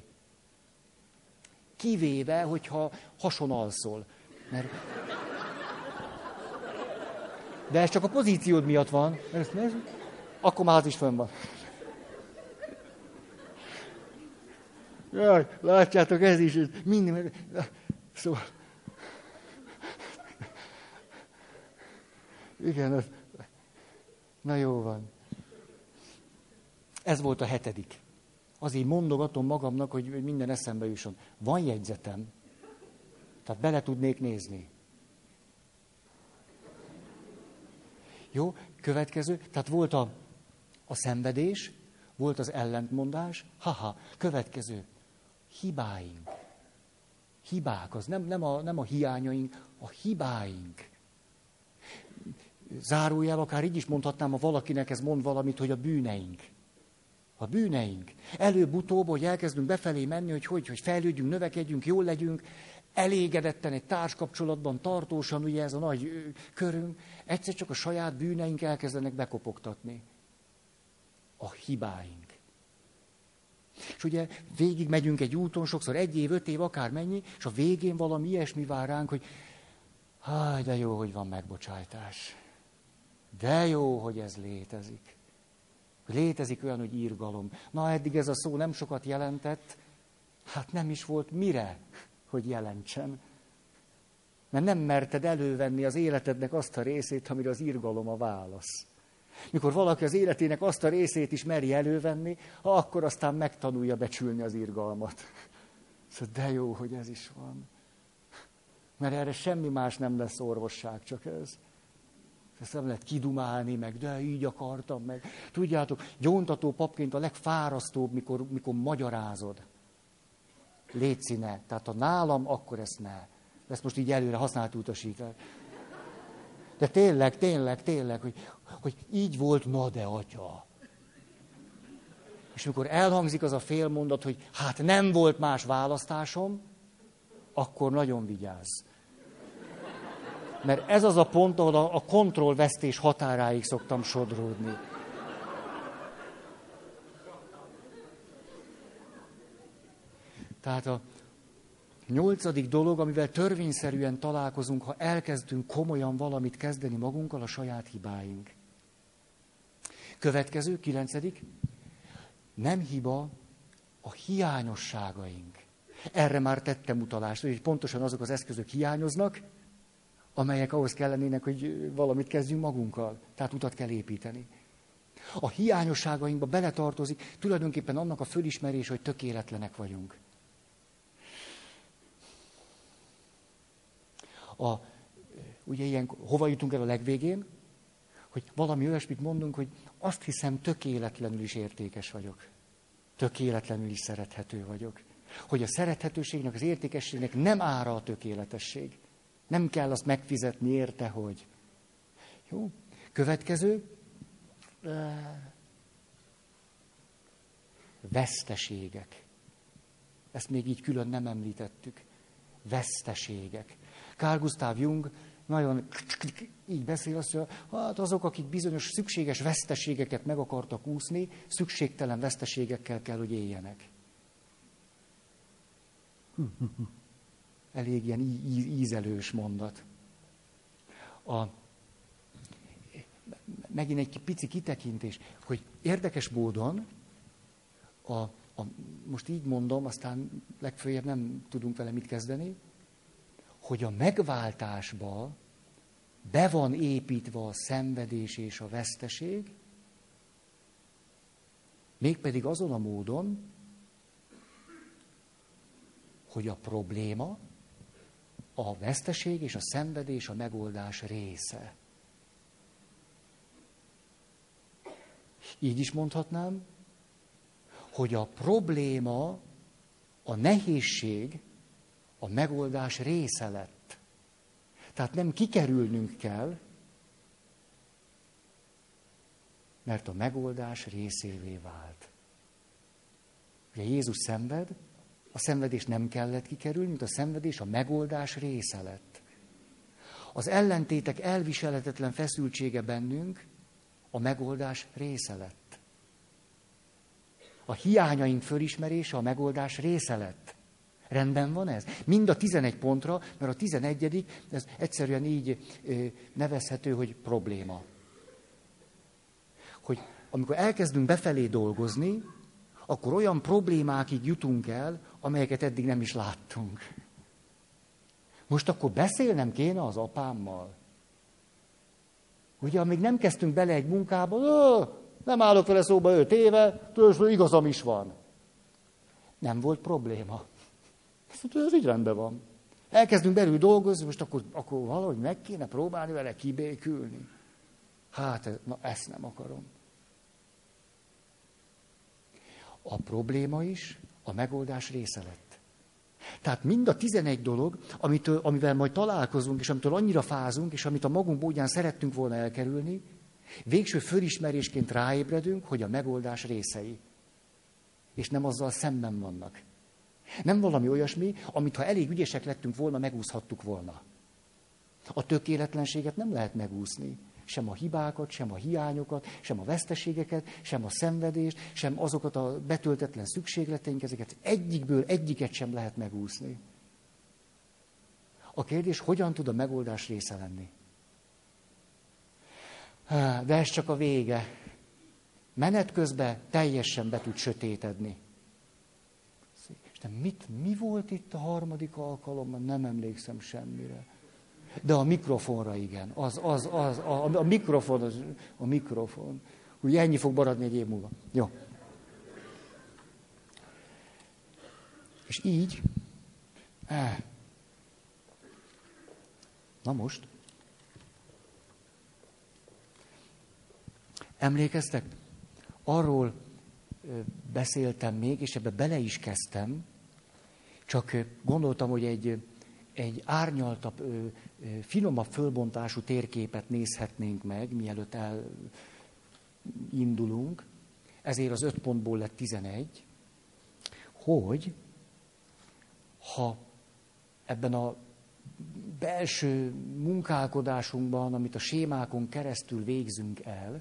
Kivéve, hogyha hason alszol. Mert... De ez csak a pozíciód miatt van. Akkor már az is fönn van. Jaj, látjátok, ez is, ez minden... Szóval... Igen, az... Na jó van. Ez volt a hetedik. Azért mondogatom magamnak, hogy minden eszembe jusson. Van jegyzetem. Tehát bele tudnék nézni. Jó, következő. Tehát volt a, a szenvedés, volt az ellentmondás. Haha, következő. Hibáink. Hibák, az nem, nem, a, nem a hiányaink, a hibáink. Zárójel, akár így is mondhatnám, ha valakinek ez mond valamit, hogy a bűneink. A bűneink. Előbb-utóbb, hogy elkezdünk befelé menni, hogy, hogy hogy fejlődjünk, növekedjünk, jól legyünk, elégedetten egy társkapcsolatban, tartósan, ugye ez a nagy ö, körünk, egyszer csak a saját bűneink elkezdenek bekopogtatni. A hibáink. És ugye végig megyünk egy úton, sokszor egy év, öt év, akármennyi, és a végén valami ilyesmi vár ránk, hogy háj, de jó, hogy van megbocsájtás. De jó, hogy ez létezik. Létezik olyan, hogy írgalom. Na, eddig ez a szó nem sokat jelentett, hát nem is volt mire, hogy jelentsen. Mert nem merted elővenni az életednek azt a részét, amire az írgalom a válasz. Mikor valaki az életének azt a részét is meri elővenni, akkor aztán megtanulja becsülni az irgalmat. Szóval de jó, hogy ez is van. Mert erre semmi más nem lesz orvosság, csak ez. Ezt nem lehet kidumálni, meg de így akartam, meg. Tudjátok, gyóntató papként a legfárasztóbb, mikor, mikor magyarázod. Létszi ne. Tehát ha nálam, akkor ezt ne. Ezt most így előre használt utasítás. De tényleg, tényleg, tényleg, hogy, hogy így volt, na de atya. És mikor elhangzik az a fél mondat, hogy hát nem volt más választásom, akkor nagyon vigyázz. Mert ez az a pont, ahol a, a kontrollvesztés határáig szoktam sodródni. Tehát a nyolcadik dolog, amivel törvényszerűen találkozunk, ha elkezdünk komolyan valamit kezdeni magunkkal, a saját hibáink. Következő, kilencedik, nem hiba a hiányosságaink. Erre már tettem utalást, hogy pontosan azok az eszközök hiányoznak, amelyek ahhoz kellenének, hogy valamit kezdjünk magunkkal. Tehát utat kell építeni. A hiányosságainkba beletartozik tulajdonképpen annak a fölismerés, hogy tökéletlenek vagyunk. A, ugye ilyen, hova jutunk el a legvégén? Hogy valami olyasmit mondunk, hogy azt hiszem tökéletlenül is értékes vagyok. Tökéletlenül is szerethető vagyok. Hogy a szerethetőségnek, az értékességnek nem ára a tökéletesség. Nem kell azt megfizetni érte, hogy. Jó? Következő. Veszteségek. Ezt még így külön nem említettük. Veszteségek. Carl Gustav Jung nagyon így beszél, azt mondja, hát azok, akik bizonyos szükséges veszteségeket meg akartak úszni, szükségtelen veszteségekkel kell, hogy éljenek. Elég ilyen ízelős mondat. A, megint egy pici kitekintés, hogy érdekes módon a a, most így mondom, aztán legfőjebb nem tudunk vele mit kezdeni, hogy a megváltásba be van építve a szenvedés és a veszteség, mégpedig azon a módon, hogy a probléma, a veszteség és a szenvedés a megoldás része. Így is mondhatnám, hogy a probléma, a nehézség a megoldás része lett. Tehát nem kikerülnünk kell, mert a megoldás részévé vált. Ugye Jézus szenved, a szenvedés nem kellett kikerülni, mint a szenvedés a megoldás része lett. Az ellentétek elviselhetetlen feszültsége bennünk a megoldás része lett. A hiányaink fölismerése a megoldás része lett. Rendben van ez? Mind a tizenegy pontra, mert a tizenegyedik, ez egyszerűen így nevezhető, hogy probléma. Hogy amikor elkezdünk befelé dolgozni, akkor olyan problémákig jutunk el, amelyeket eddig nem is láttunk. Most akkor beszélnem kéne az apámmal. Ugye, amíg nem kezdtünk bele egy munkába, nem állok vele szóba öt éve, tőle igazam is van. Nem volt probléma. Azt mondta, ez így rendben van. Elkezdünk belül dolgozni, most akkor, akkor valahogy meg kéne próbálni vele kibékülni. Hát, ez, na ezt nem akarom. A probléma is a megoldás része lett. Tehát mind a tizenegy dolog, amitől, amivel majd találkozunk, és amitől annyira fázunk, és amit a magunk módján szerettünk volna elkerülni, végső fölismerésként ráébredünk, hogy a megoldás részei. És nem azzal szemben vannak. Nem valami olyasmi, amit ha elég ügyesek lettünk volna, megúszhattuk volna. A tökéletlenséget nem lehet megúszni. Sem a hibákat, sem a hiányokat, sem a veszteségeket, sem a szenvedést, sem azokat a betöltetlen szükségleteink, ezeket egyikből egyiket sem lehet megúszni. A kérdés, hogyan tud a megoldás része lenni? De ez csak a vége. Menet közben teljesen be tud sötétedni. Isten, mit, mi volt itt a harmadik alkalommal? Nem emlékszem semmire. De a mikrofonra igen. Az, az, az, a, a mikrofon, az, a mikrofon. Ugye ennyi fog maradni egy év múlva. Jó. És így. Eh. Na most. Emlékeztek? Arról beszéltem még, és ebbe bele is kezdtem, csak gondoltam, hogy egy, egy árnyaltabb, finomabb fölbontású térképet nézhetnénk meg, mielőtt elindulunk. Ezért az öt pontból lett tizenegy, hogy ha ebben a belső munkálkodásunkban, amit a sémákon keresztül végzünk el,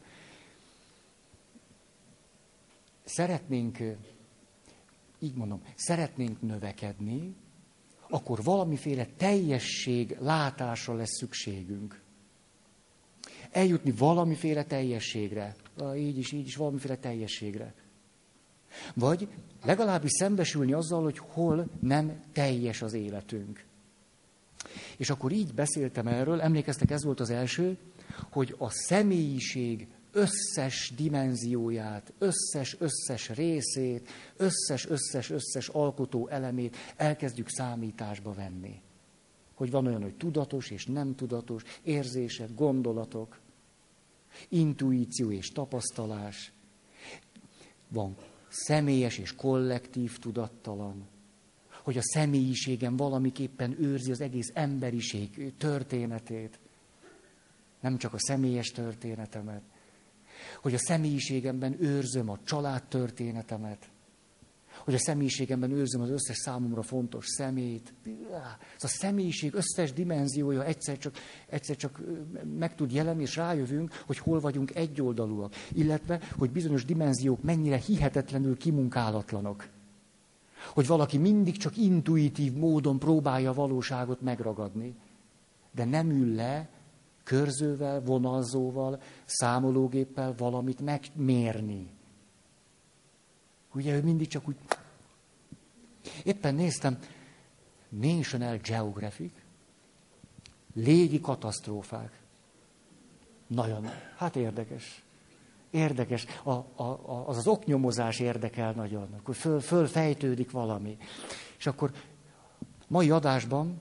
szeretnénk, így mondom, szeretnénk növekedni, akkor valamiféle teljesség látásra lesz szükségünk. Eljutni valamiféle teljességre. Így is, így is, valamiféle teljességre. Vagy legalábbis szembesülni azzal, hogy hol nem teljes az életünk. És akkor így beszéltem erről, emlékeztek, ez volt az első, hogy a személyiség összes dimenzióját, összes-összes részét, összes-összes-összes alkotó elemét elkezdjük számításba venni. Hogy van olyan, hogy tudatos és nem tudatos, érzések, gondolatok, intuíció és tapasztalás. Van személyes és kollektív tudattalan. Hogy a személyiségem valamiképpen őrzi az egész emberiség történetét. Nem csak a személyes történetemet. Hogy a személyiségemben őrzöm a családtörténetemet. Hogy a személyiségemben őrzöm az összes számomra fontos szemét. Ez a személyiség összes dimenziója egyszer csak, egyszer csak meg tud jelenni, és rájövünk, hogy hol vagyunk egyoldalúak. Illetve, hogy bizonyos dimenziók mennyire hihetetlenül kimunkálatlanok. Hogy valaki mindig csak intuitív módon próbálja a valóságot megragadni. De nem ül le, körzővel, vonalzóval, számológéppel valamit megmérni. Ugye ő mindig csak úgy... Éppen néztem National Geographic, légi katasztrófák. Nagyon, hát érdekes. Érdekes. A, a, a, az az oknyomozás érdekel nagyon. Akkor föl, fölfejtődik valami. És akkor mai adásban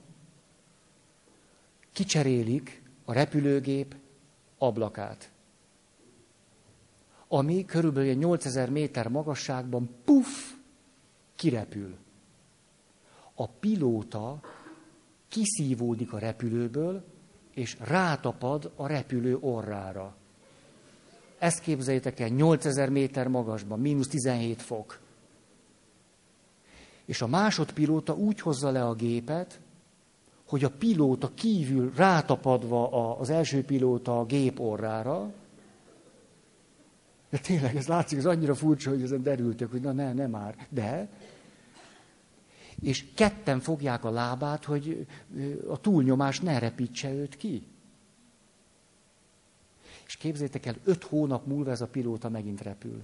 kicserélik a repülőgép ablakát, ami körülbelül nyolcezer méter magasságban puff, kirepül. A pilóta kiszívódik a repülőből, és rátapad a repülő orrára. Ezt képzeljétek el, nyolcezer méter magasban, mínusz tizenhét fok. És a másodpilóta úgy hozza le a gépet, hogy a pilóta kívül rátapadva az első pilóta a gép orrára, de tényleg, ez látszik, ez annyira furcsa, hogy ezen derültök, hogy na ne, ne már, de... És ketten fogják a lábát, hogy a túlnyomás ne repítse őt ki. És képzeljétek el, öt hónap múlva ez a pilóta megint repül.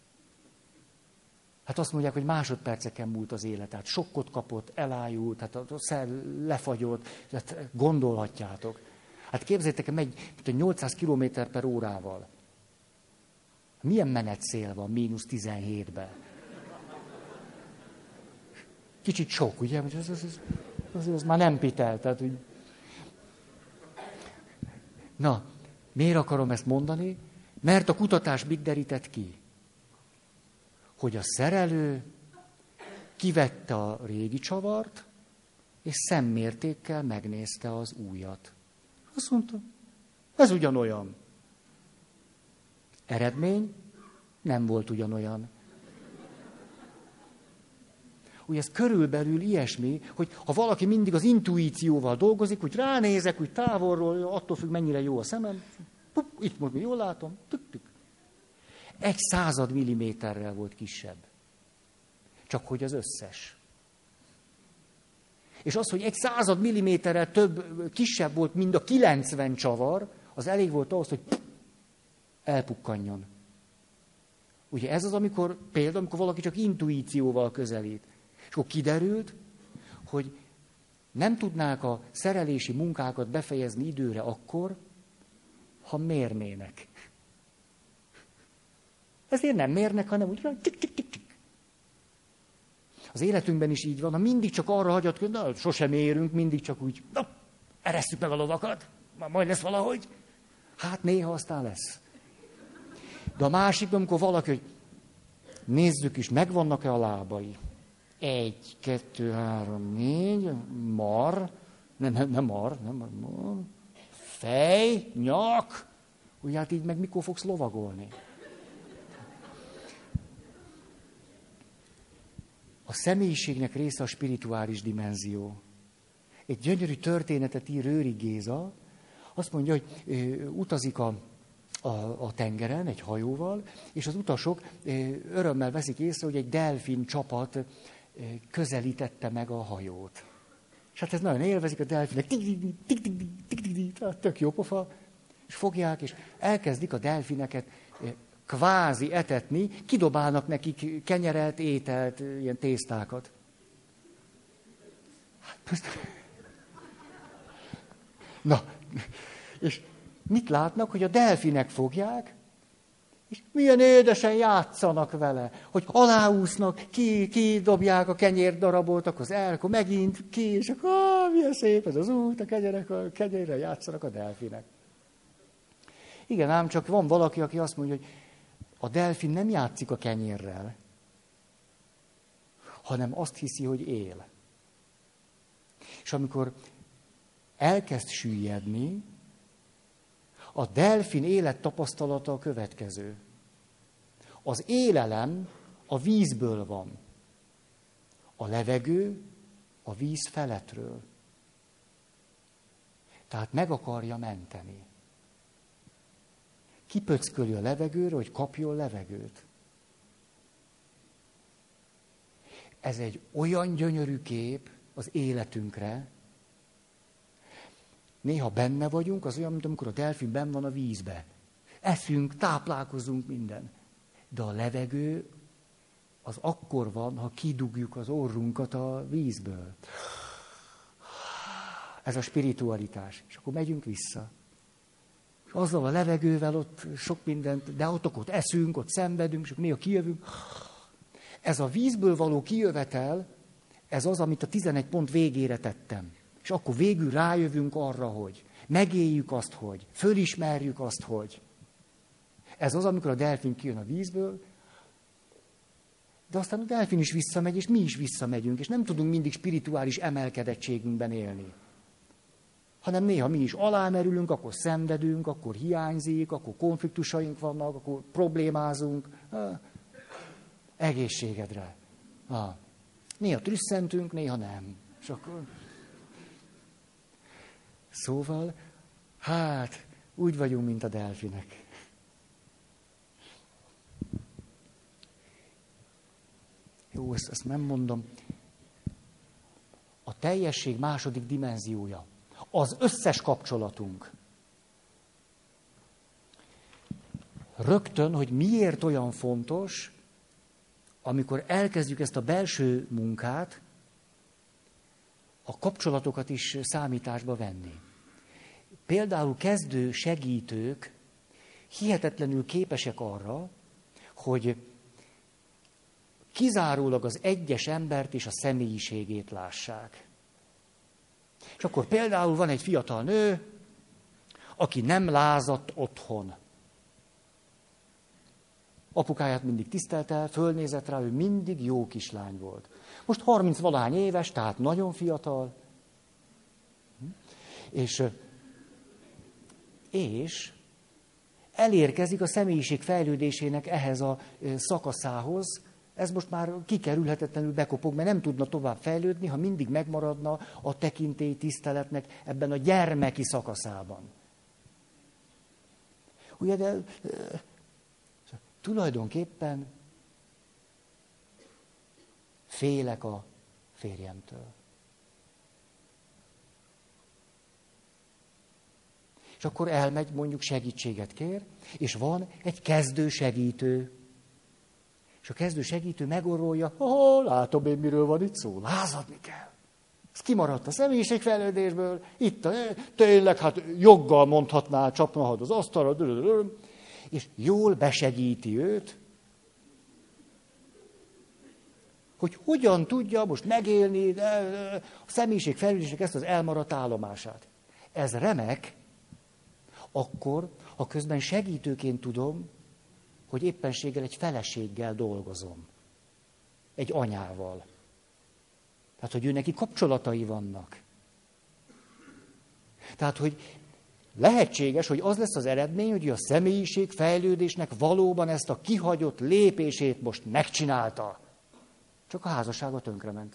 Hát azt mondják, hogy másodperceken múlt az élet. Tehát sokkot kapott, elájult, hát a szer lefagyott, hát gondolhatjátok. Hát képzeljétek el, megy mint nyolcszáz kilométer per órával. Milyen menetszél van mínusz tizenhétben? Kicsit sok, ugye? Az, az, az, az, az már nem pitel. Tehát, hogy... Na, miért akarom ezt mondani? Mert a kutatás mit derített ki? Hogy a szerelő kivette a régi csavart, és szemmértékkel megnézte az újat. Azt mondta, ez ugyanolyan. Eredmény nem volt ugyanolyan. Ugye ez körülbelül ilyesmi, hogy ha valaki mindig az intuícióval dolgozik, hogy ránézek, hogy távolról, attól függ, mennyire jó a szemem, pup, itt most jól látom, tük, tük. Egy század milliméterrel volt kisebb. Csak hogy az összes. És az, hogy egy század milliméterrel több, kisebb volt, mint a kilencven csavar, az elég volt ahhoz, hogy elpukkanjon. Ugye ez az, amikor például, amikor valaki csak intuícióval közelít. És akkor kiderült, hogy nem tudnák a szerelési munkákat befejezni időre akkor, ha mérnének. Ezért nem mérnek, hanem úgy, tik, tik, tik, tik. Az életünkben is így van, ha mindig csak arra hagyatkozunk, na, sosem érünk, mindig csak úgy, na, eresszük meg a lovakat, majd lesz valahogy. Hát néha aztán lesz. De a másikban, amikor valaki, hogy nézzük is, megvannak-e a lábai. Egy, kettő, három, négy, mar, nem, nem, nem mar, nem mar, mar, fej, nyak, úgy hát így meg mikor fogsz lovagolni? A személyiségnek része a spirituális dimenzió. Egy gyönyörű történetet ír Rőri Géza, azt mondja, hogy ö, utazik a, a, a tengeren egy hajóval, és az utasok ö, örömmel veszik észre, hogy egy delfin csapat ö, közelítette meg a hajót. És hát ez nagyon élvezik a delfinek, tök jó pofa, és fogják, és elkezdik a delfineket ö, kvázi etetni, kidobálnak nekik kenyeret, ételt, ilyen tésztákat. Hát, na, és mit látnak, hogy a delfinek fogják, és milyen édesen játszanak vele, hogy aláúsznak, ki, ki dobják a kenyérdarabot, akkor az el, akkor megint ki, és akkor ah, milyen szép ez az út, a kenyerek, a kenyérrel játszanak a delfinek. Igen, ám csak van valaki, aki azt mondja, hogy a delfin nem játszik a kenyérrel, hanem azt hiszi, hogy él. És amikor elkezd süllyedni, a delfin élettapasztalata a következő. Az élelem a vízből van, a levegő a víz felettről. Tehát meg akarja menteni. Kipöcköli a levegőre, hogy kapjon levegőt. Ez egy olyan gyönyörű kép az életünkre. Néha benne vagyunk, az olyan, mint amikor a delfin benn van a vízbe. Eszünk, táplálkozunk, minden. De a levegő az akkor van, ha kidugjuk az orrunkat a vízből. Ez a spiritualitás. És akkor megyünk vissza. És azzal a levegővel ott sok mindent, de ott, ott eszünk, ott szenvedünk, és néha kijövünk. Ez a vízből való kijövetel, ez az, amit a tizenegy pont végére tettem. És akkor végül rájövünk arra, hogy megéljük azt, hogy fölismerjük azt, hogy ez az, amikor a delfin kijön a vízből, de aztán a delfin is visszamegy, és mi is visszamegyünk, és nem tudunk mindig spirituális emelkedettségünkben élni. Hanem néha mi is alámerülünk, akkor szenvedünk, akkor hiányzik, akkor konfliktusaink vannak, akkor problémázunk. Ah, egészségedre. Ah. Néha trüsszentünk, néha nem. És akkor... Szóval, hát, úgy vagyunk, mint a delfinek. Jó, ezt, ezt nem mondom. A teljesség második dimenziója. Az összes kapcsolatunk. Rögtön, hogy miért olyan fontos, amikor elkezdjük ezt a belső munkát, a kapcsolatokat is számításba venni. Például kezdő segítők hihetetlenül képesek arra, hogy kizárólag az egyes embert és a személyiségét lássák. És akkor például van egy fiatal nő, aki nem lázadt otthon. Apukáját mindig tisztelte, fölnézett rá, ő mindig jó kislány volt. Most harminc-valahány éves, tehát nagyon fiatal. És, és elérkezik a személyiség fejlődésének ehhez a szakaszához. Ez most már kikerülhetetlenül bekopog, mert nem tudna tovább fejlődni, ha mindig megmaradna a tekintély tiszteletnek ebben a gyermeki szakaszában. Ugye, de tulajdonképpen félek a férjemtől. És akkor elmegy, mondjuk segítséget kér, és van egy kezdő segítő. És a kezdő segítő megorolja, oh, látom én, miről van itt szó, lázadni kell. Ez kimaradt a személyiségfejlődésből, itt a, tényleg, hát joggal mondhatná, csapna az asztalra, és jól besegíti őt, hogy hogyan tudja most megélni a személyiségfejlődésnek ezt az elmaradt állomását. Ez remek, akkor, ha közben segítőként tudom, hogy éppenséggel egy feleséggel dolgozom. Egy anyával. Tehát, hogy ő neki kapcsolatai vannak. Tehát, hogy lehetséges, hogy az lesz az eredmény, hogy a személyiség fejlődésnek valóban ezt a kihagyott lépését most megcsinálta. Csak a házassága tönkrement.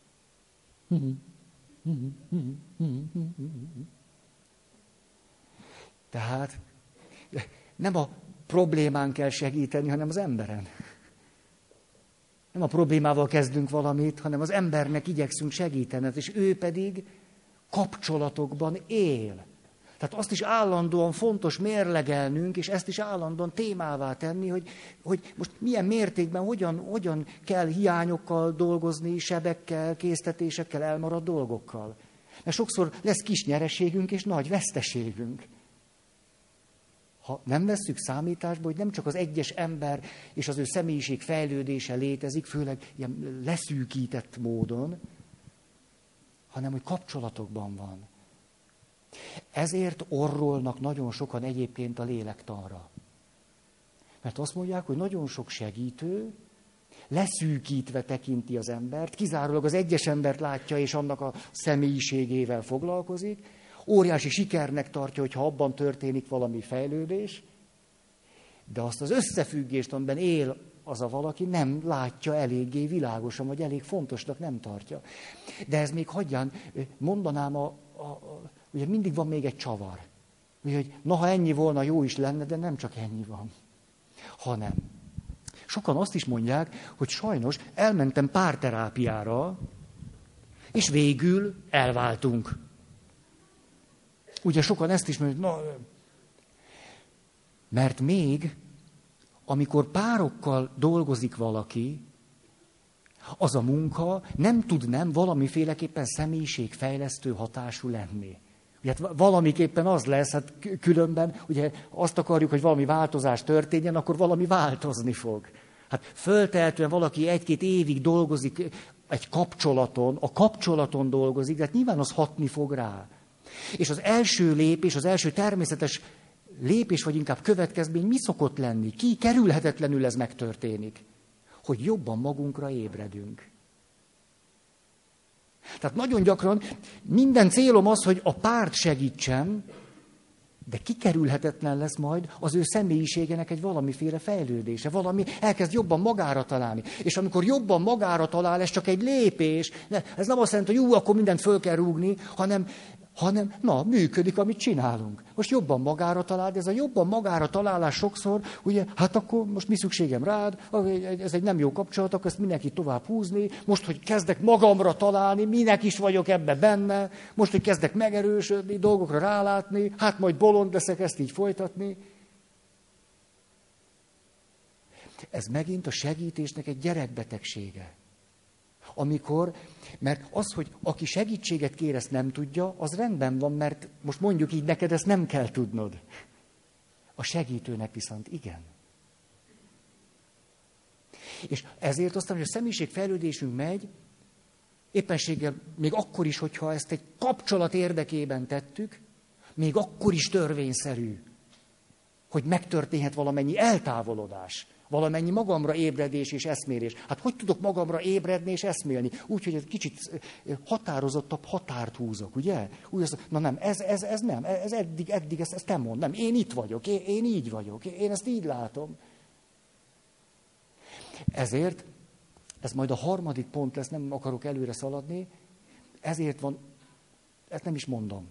Tehát nem a problémán kell segíteni, hanem az emberen. Nem a problémával kezdünk valamit, hanem az embernek igyekszünk segíteni, és ő pedig kapcsolatokban él. Tehát azt is állandóan fontos mérlegelnünk, és ezt is állandóan témává tenni, hogy, hogy most milyen mértékben, hogyan, hogyan kell hiányokkal dolgozni, sebekkel, késztetésekkel, elmaradt dolgokkal. Mert sokszor lesz kis nyereségünk és nagy veszteségünk. Ha nem vesszük számításba, hogy nem csak az egyes ember és az ő személyiség fejlődése létezik, főleg ilyen leszűkített módon, hanem hogy kapcsolatokban van. Ezért orrolnak nagyon sokan egyébként a lélektanra. Mert azt mondják, hogy nagyon sok segítő leszűkítve tekinti az embert, kizárólag az egyes embert látja, és annak a személyiségével foglalkozik, óriási sikernek tartja, hogyha abban történik valami fejlődés, de azt az összefüggést, amiben él az a valaki, nem látja eléggé világosan, vagy elég fontosnak nem tartja. De ez még hagyján, mondanám, a, a, a, ugye mindig van még egy csavar. Ugye, hogy na, ha ennyi volna, jó is lenne, de nem csak ennyi van. Hanem. Sokan azt is mondják, hogy sajnos elmentem párterápiára, és végül elváltunk. Ugye sokan ezt is mondják, na, mert még, amikor párokkal dolgozik valaki, az a munka nem tud nem valamiféleképpen személyiségfejlesztő hatású lenni. Ugye hát valamiképpen az lesz, hát különben, ugye azt akarjuk, hogy valami változás történjen, akkor valami változni fog. Hát föltehetően valaki egy-két évig dolgozik egy kapcsolaton, a kapcsolaton dolgozik, de hát nyilván az hatni fog rá. És az első lépés, az első természetes lépés, vagy inkább következmény mi szokott lenni? Ki kerülhetetlenül ez megtörténik? Hogy jobban magunkra ébredünk. Tehát nagyon gyakran minden célom az, hogy a párt segítsen, de kikerülhetetlen lesz majd az ő személyiségének egy valamiféle fejlődése, valami elkezd jobban magára találni. És amikor jobban magára talál, ez csak egy lépés, ez nem azt jelenti, hogy jú, akkor mindent föl kell rúgni, hanem, hanem na, működik, amit csinálunk. Most jobban magára talál, de ez a jobban magára találás sokszor, ugye, hát akkor most mi szükségem rád, ez egy nem jó kapcsolat, akkor ezt mindenki tovább húzni, most, hogy kezdek magamra találni, minek is vagyok ebbe benne, most, hogy kezdek megerősödni, dolgokra rálátni, hát majd bolond leszek ezt így folytatni. Ez megint a segítésnek egy gyerekbetegsége. Amikor, mert az, hogy aki segítséget kér, ezt nem tudja, az rendben van, mert most mondjuk így neked ezt nem kell tudnod. A segítőnek viszont igen. És ezért aztán, hogy a személyiségfejlődésünk megy, éppenséggel még akkor is, hogyha ezt egy kapcsolat érdekében tettük, még akkor is törvényszerű, hogy megtörténhet valamennyi eltávolodás. Valamennyi magamra ébredés és eszmélés. Hát hogy tudok magamra ébredni és eszmélni? Úgy, hogy egy kicsit határozottabb határt húzok, ugye? Úgy az, na nem, ez, ez, ez nem, ez eddig, eddig ezt, ezt nem mond. Nem, én itt vagyok, én, én így vagyok, én ezt így látom. Ezért, ez majd a harmadik pont lesz, nem akarok előre szaladni, ezért van, ezt nem is mondom.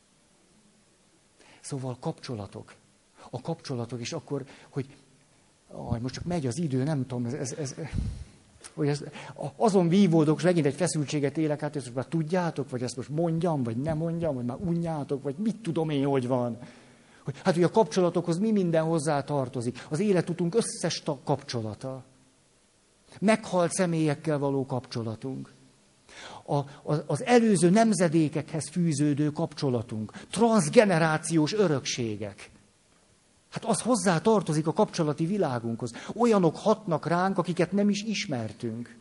Szóval kapcsolatok. A kapcsolatok, és akkor, hogy Aj, most csak megy az idő, nem tudom, ez, ez, ez, hogy ez, azon vívódok, és megint egy feszültséget élek át, ezt most már tudjátok, vagy ezt most mondjam, vagy nem mondjam, vagy már unjátok, vagy mit tudom én, hogy van. Hogy, hát, hogy a kapcsolatokhoz mi minden hozzá tartozik. Az életutunk összes kapcsolata. Meghalt személyekkel való kapcsolatunk. A, az, az előző nemzedékekhez fűződő kapcsolatunk. Transzgenerációs örökségek. Hát az hozzá tartozik a kapcsolati világunkhoz. Olyanok hatnak ránk, akiket nem is ismertünk.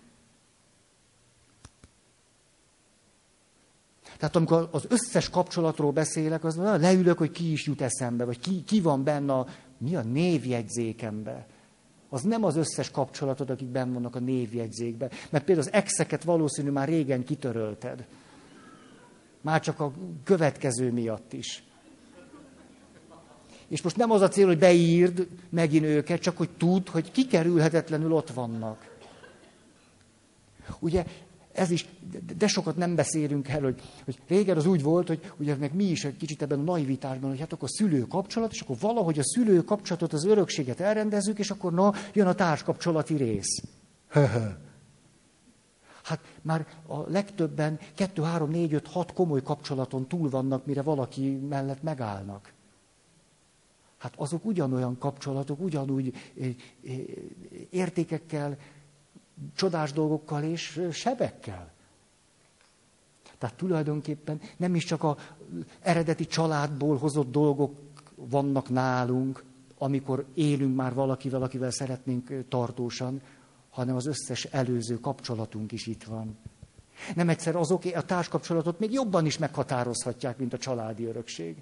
Tehát amikor az összes kapcsolatról beszélek, az leülök, hogy ki is jut eszembe, vagy ki, ki van benne a, mi a névjegyzékembe. Az nem az összes kapcsolatod, akik benn vannak a névjegyzékben. Mert például az exeket valószínű már régen kitörölted. Már csak a következő miatt is. És most nem az a cél, hogy beírd megint őket, csak hogy tudd, hogy kikerülhetetlenül ott vannak. Ugye ez is, de sokat nem beszélünk el, hogy, hogy régen az úgy volt, hogy ugye meg mi is egy kicsit ebben a naivitásban, hogy hát akkor szülő kapcsolat, és akkor valahogy a szülő kapcsolatot, az örökséget elrendezzük, és akkor na, jön a társkapcsolati rész. Hát már a legtöbben kettő, három, négy, öt, hat komoly kapcsolaton túl vannak, mire valaki mellett megállnak. Hát azok ugyanolyan kapcsolatok, ugyanúgy értékekkel, csodás dolgokkal és sebekkel. Tehát tulajdonképpen nem is csak az eredeti családból hozott dolgok vannak nálunk, amikor élünk már valakivel, akivel szeretnénk tartósan, hanem az összes előző kapcsolatunk is itt van. Nem egyszer azok a társkapcsolatot még jobban is meghatározhatják, mint a családi örökség.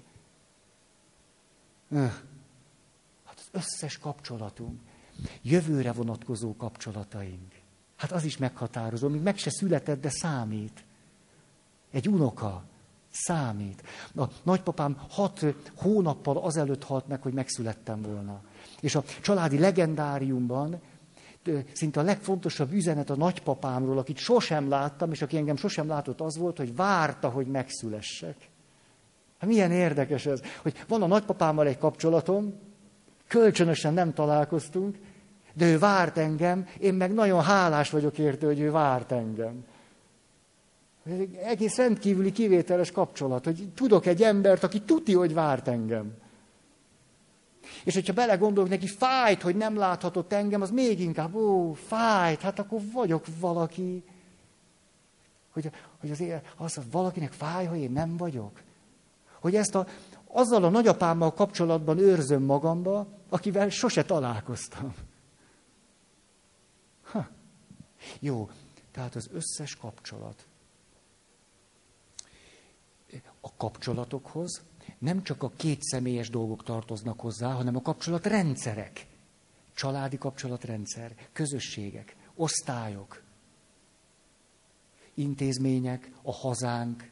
Hát az összes kapcsolatunk, jövőre vonatkozó kapcsolataink. Hát az is meghatározó, még meg se született, de számít. Egy unoka számít. A nagypapám hat hónappal azelőtt halt meg, hogy megszülettem volna. És a családi legendáriumban szinte a legfontosabb üzenet a nagypapámról, akit sosem láttam, és aki engem sosem látott, az volt, hogy várta, hogy megszülessek. Hát milyen érdekes ez, hogy van a nagypapámmal egy kapcsolatom, kölcsönösen nem találkoztunk, de ő várt engem, én meg nagyon hálás vagyok érte, hogy ő várt engem. Ez egy egész rendkívüli kivételes kapcsolat, hogy tudok egy embert, aki tuti, hogy várt engem. És hogyha belegondolok, neki fájt, hogy nem láthatott engem, az még inkább, ó, fájt, hát akkor vagyok valaki. Hogy, hogy az, az, az valakinek fáj, hogy én nem vagyok. Hogy ezt a, azzal a nagyapámmal kapcsolatban őrzöm magamba, akivel sose találkoztam. Ha. Jó, tehát az összes kapcsolat. A kapcsolatokhoz nem csak a kétszemélyes dolgok tartoznak hozzá, hanem a kapcsolatrendszerek. Családi kapcsolatrendszer, közösségek, osztályok, intézmények, a hazánk.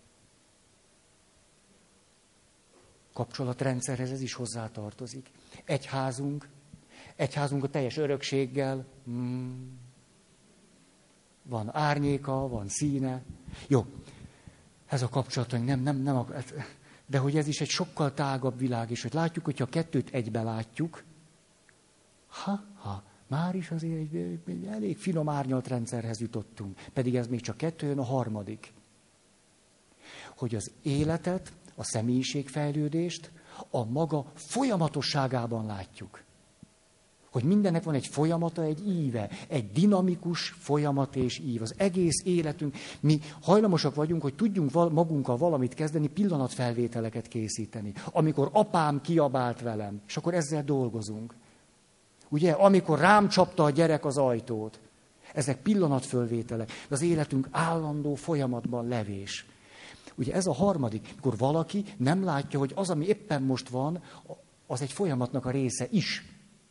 Kapcsolatrendszerhez ez is hozzátartozik. Egyházunk, egyházunk a teljes örökséggel. Hmm. Van árnyéka, van színe. Jó, ez a kapcsolatunk nem, nem, nem, de hogy ez is egy sokkal tágabb világ, és hogy látjuk, hogyha a kettőt egybe látjuk, ha, ha, már is azért egy, egy elég finom árnyalt rendszerhez jutottunk. Pedig ez még csak kettő, jön a harmadik. Hogy az életet, a személyiségfejlődést a maga folyamatosságában látjuk. Hogy mindennek van egy folyamata, egy íve, egy dinamikus folyamat és ív. Az egész életünk, mi hajlamosak vagyunk, hogy tudjunk val- magunkkal valamit kezdeni, pillanatfelvételeket készíteni. Amikor apám kiabált velem, és akkor ezzel dolgozunk. Ugye, amikor rám csapta a gyerek az ajtót. Ezek pillanatfölvételek, de az életünk állandó folyamatban levés. Ugye ez a harmadik, amikor valaki nem látja, hogy az, ami éppen most van, az egy folyamatnak a része is.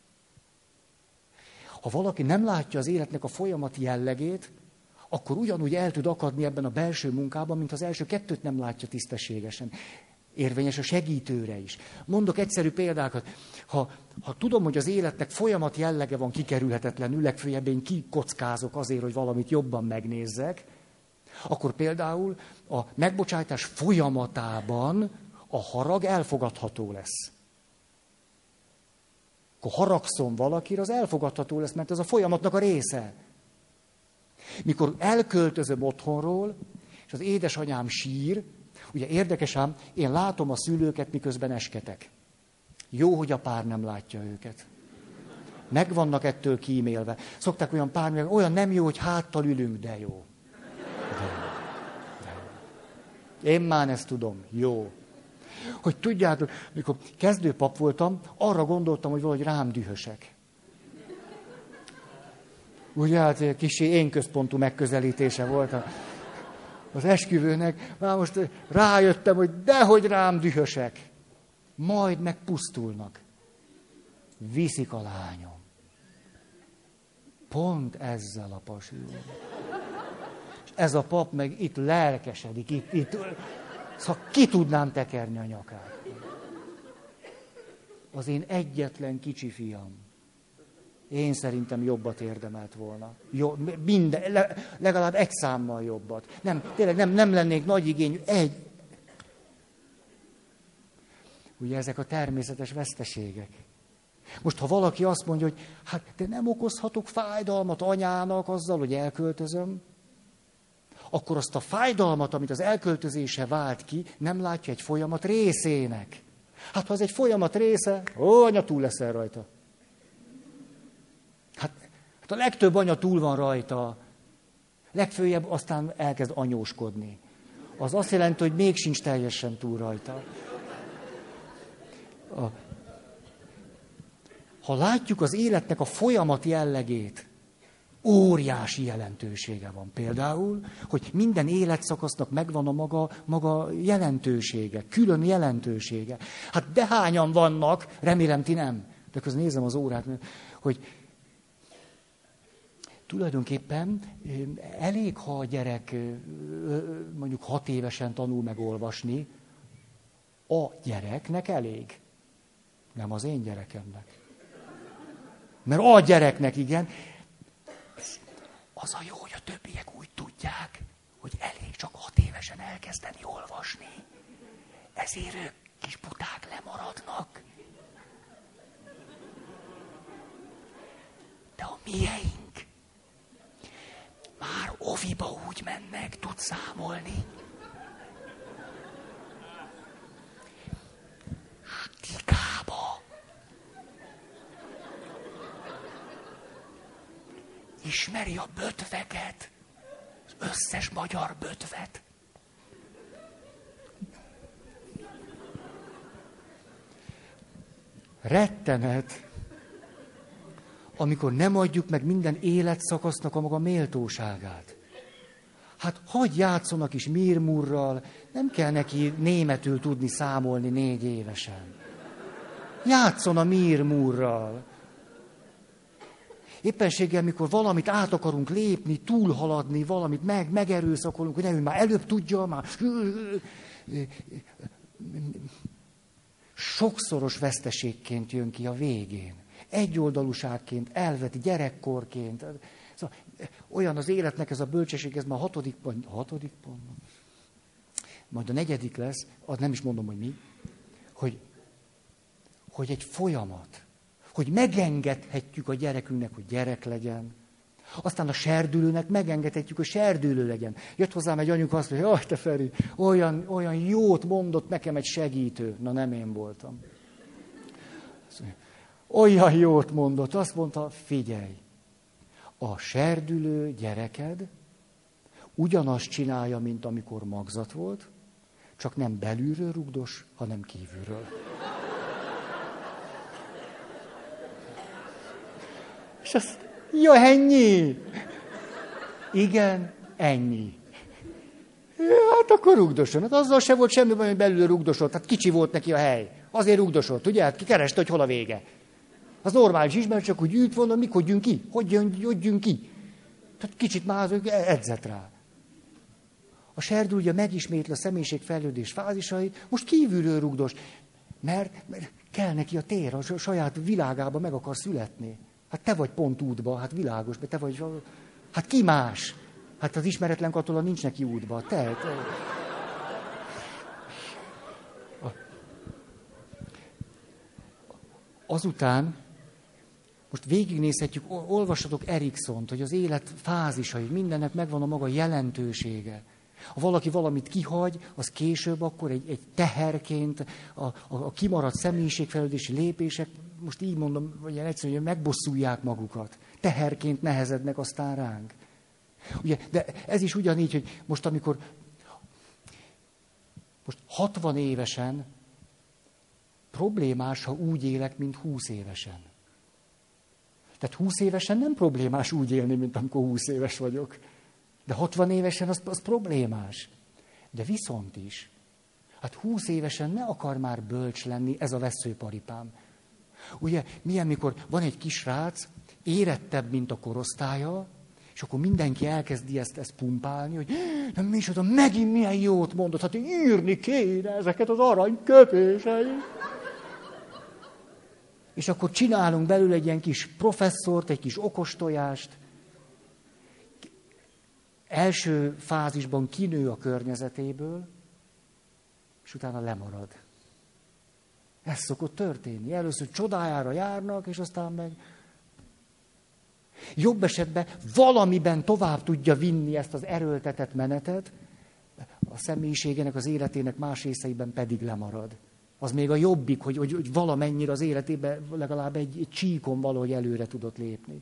Ha valaki nem látja az életnek a folyamat jellegét, akkor ugyanúgy el tud akadni ebben a belső munkában, mint az első kettőt nem látja tisztességesen. Érvényes a segítőre is. Mondok egyszerű példákat. Ha, ha tudom, hogy az életnek folyamat jellege van kikerülhetetlenül, legfőjebb én kikockázok azért, hogy valamit jobban megnézzek, akkor például a megbocsátás folyamatában a harag elfogadható lesz. Akkor haragszom valakire, az elfogadható lesz, mert ez a folyamatnak a része. Mikor elköltözöm otthonról, és az édesanyám sír, ugye érdekes ám, én látom a szülőket, miközben esketek. Jó, hogy a pár nem látja őket. Meg vannak ettől kímélve. Szokták olyan pár, olyan nem jó, hogy háttal ülünk, de jó. De jó. De jó. Én már ezt tudom. Jó. Hogy tudjátok, mikor kezdőpap voltam, arra gondoltam, hogy valahogy rám dühösek. Ugye hát kicsi én központú megközelítése volt az esküvőnek. Már most rájöttem, hogy dehogy rám dühösek. Majd megpusztulnak. Viszik a lányom. Pont ezzel a pasival. És ez a pap meg itt lelkesedik, itt, itt. Szóval ki tudnám tekerni a nyakát. Az én egyetlen kicsi fiam. Én szerintem jobbat érdemelt volna. Jó, minden, legalább egy számmal jobbat. Nem, tényleg nem, nem lennék nagy igényű. Egy. Ugye ezek a természetes veszteségek. Most, ha valaki azt mondja, hogy hát de nem okozhatok fájdalmat anyának azzal, hogy elköltözöm, akkor azt a fájdalmat, amit az elköltözése vált ki, nem látja egy folyamat részének. Hát ha ez egy folyamat része, ó, anya, túl leszel rajta. Hát, hát a legtöbb anya túl van rajta. Legfőjebb aztán elkezd anyóskodni. Az azt jelenti, hogy még sincs teljesen túl rajta. A, ha látjuk az életnek a folyamat jellegét, óriási jelentősége van. Például, hogy minden életszakasznak megvan a maga, maga jelentősége, külön jelentősége. Hát de hányan vannak, remélem ti nem, de közben nézem az órát, hogy tulajdonképpen elég, ha a gyerek mondjuk hat évesen tanul meg olvasni, a gyereknek elég. Nem az én gyerekemnek. Mert a gyereknek igen. Az a jó, hogy a többiek úgy tudják, hogy elég csak hat évesen elkezdeni olvasni. Ezért ők kis buták lemaradnak. De a mieink már oviba úgy mennek, tud számolni. Stikába. ismeri a bötveket, az összes magyar bötvet. Rettenet, amikor nem adjuk meg minden életszakasznak a maga méltóságát. Hát hagyj játszonak is Mirmurral, nem kell neki németül tudni számolni négy évesen. Játszon a Mirmurral. Éppenséggel, mikor valamit át akarunk lépni, túlhaladni, valamit meg, megerőszakolunk, hogy nem, már előbb tudja, már... Sokszoros veszteségként jön ki a végén. Egyoldalúságként, elveti gyerekkorként. Szóval, olyan az életnek ez a bölcsesség, ez már a hatodik pont. Hatodik pont. Majd a negyedik lesz, az nem is mondom, hogy mi, hogy, hogy egy folyamat. Hogy megengedhetjük a gyerekünknek, hogy gyerek legyen. Aztán a serdülőnek megengedhetjük, hogy serdülő legyen. Jött hozzám egy anyuka, azt mondja, jaj, te Feri, olyan, olyan jót mondott nekem egy segítő. Na, nem én voltam. Olyan jót mondott, azt mondta, figyelj, a serdülő gyereked ugyanazt csinálja, mint amikor magzat volt, csak nem belülről rugdos, hanem kívülről. És azt, jó, ennyi. Igen, ennyi. Ja, hát akkor rugdoson. Hát azzal se volt semmi baj, hogy belül rugdosott. Hát kicsi volt neki a hely. Azért rugdosott, ugye? Hát ki kereste, hogy hol a vége. Az normális is, mert csak úgy ült volna, mikor jön ki? Hogy jön, hogy jön ki? Tehát kicsit már edzett rá. A serdül ugye megismétli a személyiségfejlődés fázisait, most kívülről rugdos. Mert, mert kell neki a tér, a saját világába meg akar születni. Hát te vagy pont útba, hát világos, mert te vagy... Hát ki más? Hát az ismeretlen katona nincs neki útba. Te, te. Azután, most végignézhetjük, olvassatok Eriksont, hogy az élet fázisai, mindennek megvan a maga jelentősége. Ha valaki valamit kihagy, az később akkor egy, egy teherként, a, a, a kimaradt személyiségfejlődési lépések, most így mondom, hogy egyszerűen hogy megbosszulják magukat. Teherként nehezednek aztán ránk. Ugye, de ez is ugyanígy, hogy most amikor most hatvan évesen problémás, ha úgy élek, mint húsz évesen. Tehát húsz évesen nem problémás úgy élni, mint amikor húsz éves vagyok. De hatvan évesen az, az problémás. De viszont is. Hát húsz évesen ne akar már bölcs lenni, ez a veszőparipám. Ugye, milyen, mikor van egy kisrác, érettebb, mint a korosztálya, és akkor mindenki elkezdi ezt, ezt pumpálni, hogy nem mi is oda, megint milyen jót mondott, hát írni kéne ezeket az aranyköpéseit. És akkor csinálunk belőle egy ilyen kis professzort, egy kis okostojást. Első fázisban kinő a környezetéből, és utána lemarad. Ez szokott történni. Először csodájára járnak, és aztán meg... Jobb esetben valamiben tovább tudja vinni ezt az erőltetett menetet, a személyiségének, az életének más részeiben pedig lemarad. Az még a jobbik, hogy, hogy, hogy valamennyire az életében legalább egy, egy csíkon valahogy előre tudott lépni.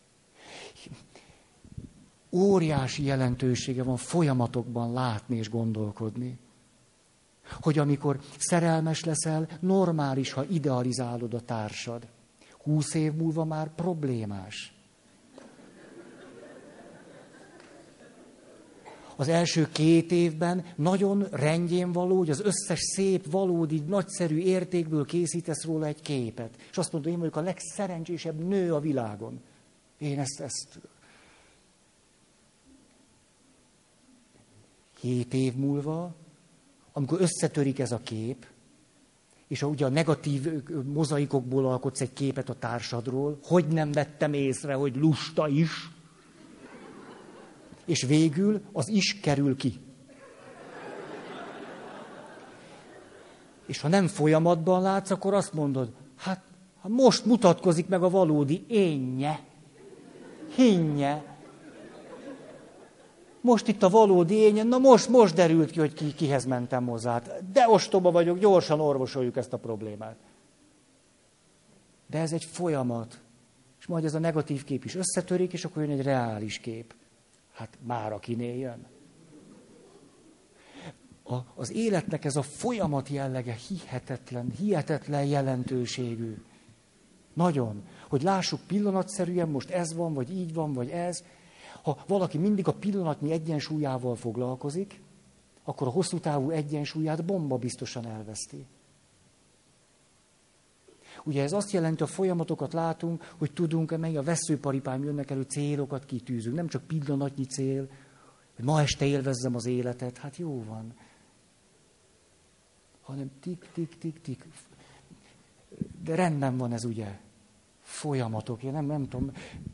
Óriási jelentősége van folyamatokban látni és gondolkodni. Hogy amikor szerelmes leszel, normális, ha idealizálod a társad. Húsz év múlva már problémás. Az első két évben nagyon rendjén való, hogy az összes szép, valódi, nagyszerű értékből készítesz róla egy képet. És azt mondod, én vagyok a legszerencsésebb nő a világon. Én ezt... ezt... Hét év múlva, amikor összetörik ez a kép, és ugye a negatív mozaikokból alkotsz egy képet a társadról, hogy nem vettem észre, hogy lusta is, és végül az is kerül ki. És ha nem folyamatban látsz, akkor azt mondod, hát most mutatkozik meg a valódi énje, hinnye. Most itt a valódi énje, na most, most derült ki, hogy ki, kihez mentem hozzá. De ostoba vagyok, gyorsan orvosoljuk ezt a problémát. De ez egy folyamat. És És majd ez a negatív kép is összetörik, és akkor jön egy reális kép. Hát már akinél jön. A, az életnek ez a folyamat jellege hihetetlen, hihetetlen jelentőségű. Nagyon. Hogy lássuk pillanatszerűen, most ez van, vagy így van, vagy ez. Ha valaki mindig a pillanatnyi egyensúlyával foglalkozik, akkor a hosszú távú egyensúlyát bomba biztosan elveszti. Ugye ez azt jelenti, a folyamatokat látunk, hogy tudunk, mely a veszőparipám jönnek elő, célokat kitűzünk. Nem csak pillanatnyi cél, hogy ma este élvezzem az életet, hát jó van. Hanem tik, tik, tik, tik. De rendben van ez, ugye? Folyamatok, én nem, nem tudom.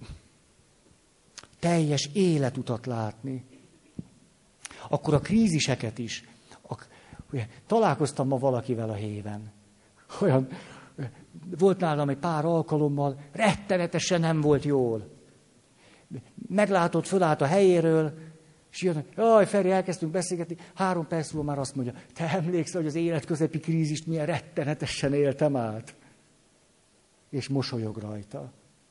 Teljes életutat látni. Akkor a kríziseket is. A, ugye, találkoztam ma valakivel a héven. Olyan, volt nálam egy pár alkalommal, rettenetesen nem volt jól. Meglátott, fölállt a helyéről, és jön, jaj, Feri, elkezdtünk beszélgetni, három perc múlva már azt mondja, te emlékszel, hogy az életközepi krízist milyen rettenetesen éltem át? És mosolyog rajta.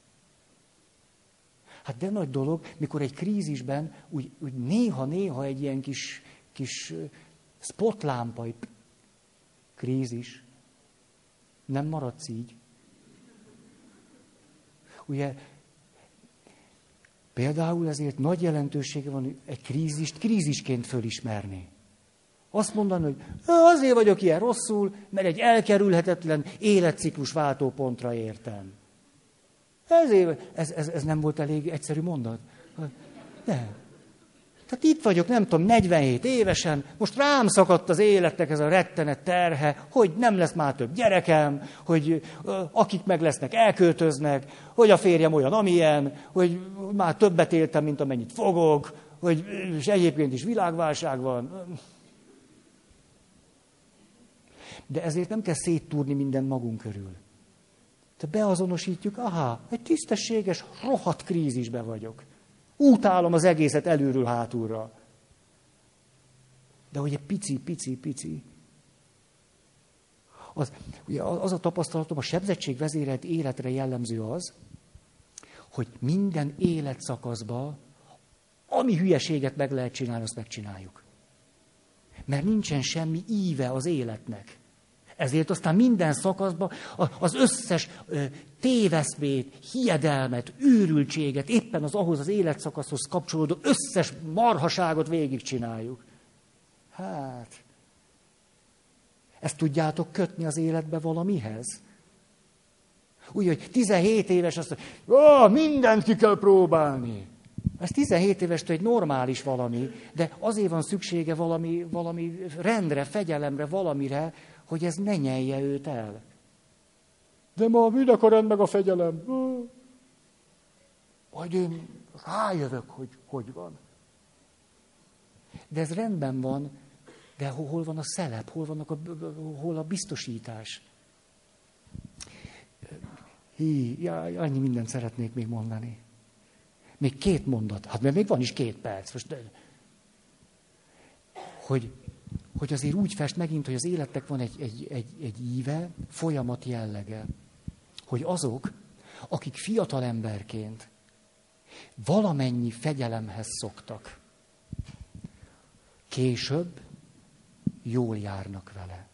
Hát de nagy dolog, mikor egy krízisben úgy, úgy néha-néha egy ilyen kis, kis spotlámpa, krízis, nem maradsz így. Ugye, például ezért nagy jelentősége van egy krízist krízisként fölismerni. Azt mondani, hogy azért vagyok ilyen rosszul, mert egy elkerülhetetlen életciklus váltópontra értem. Ezért, ez, ez, ez nem volt elég egyszerű mondat? Nem. Tehát itt vagyok, nem tudom, negyvenhét évesen, most rám szakadt az életnek ez a rettenet terhe, hogy nem lesz már több gyerekem, hogy akik meg lesznek, elköltöznek, hogy a férjem olyan, amilyen, hogy már többet éltem, mint amennyit fogok, hogy és egyébként is világválság van. De ezért nem kell széttúrni mindent magunk körül. Te beazonosítjuk, aha, egy tisztességes, rohadt krízisbe vagyok. Utálom az egészet előről hátulra. De hogy egy pici, pici, pici. Az, ugye az a tapasztalatom, a sebzettségvezérelt életre jellemző az, hogy minden életszakaszban, ami hülyeséget meg lehet csinálni, azt megcsináljuk. Mert nincsen semmi íve az életnek. Ezért aztán minden szakaszban az összes téveszmét, hiedelmet, őrültséget, éppen az ahhoz az életszakaszhoz kapcsolódó összes marhaságot végigcsináljuk. Hát, ezt tudjátok kötni az életbe valamihez? Úgy, hogy tizenhét éves azt mondja, mindent ki kell próbálni. Ez tizenhét évestől egy normális valami, de azért van szüksége valami, valami rendre, fegyelemre, valamire, hogy ez ne nyelje őt el. De ma minek a rend meg a fegyelem? Majd én rájövök, hogy hogy van. De ez rendben van, de hol van a szelep, hol, vannak a, hol a biztosítás? Hí, jaj, annyi mindent szeretnék még mondani. Még két mondat, hát mert még van is két perc. Most, hogy, hogy azért úgy fest megint, hogy az életnek van egy, egy, egy, egy íve, folyamat jellege. Hogy azok, akik fiatal emberként valamennyi fegyelemhez szoktak, később jól járnak vele.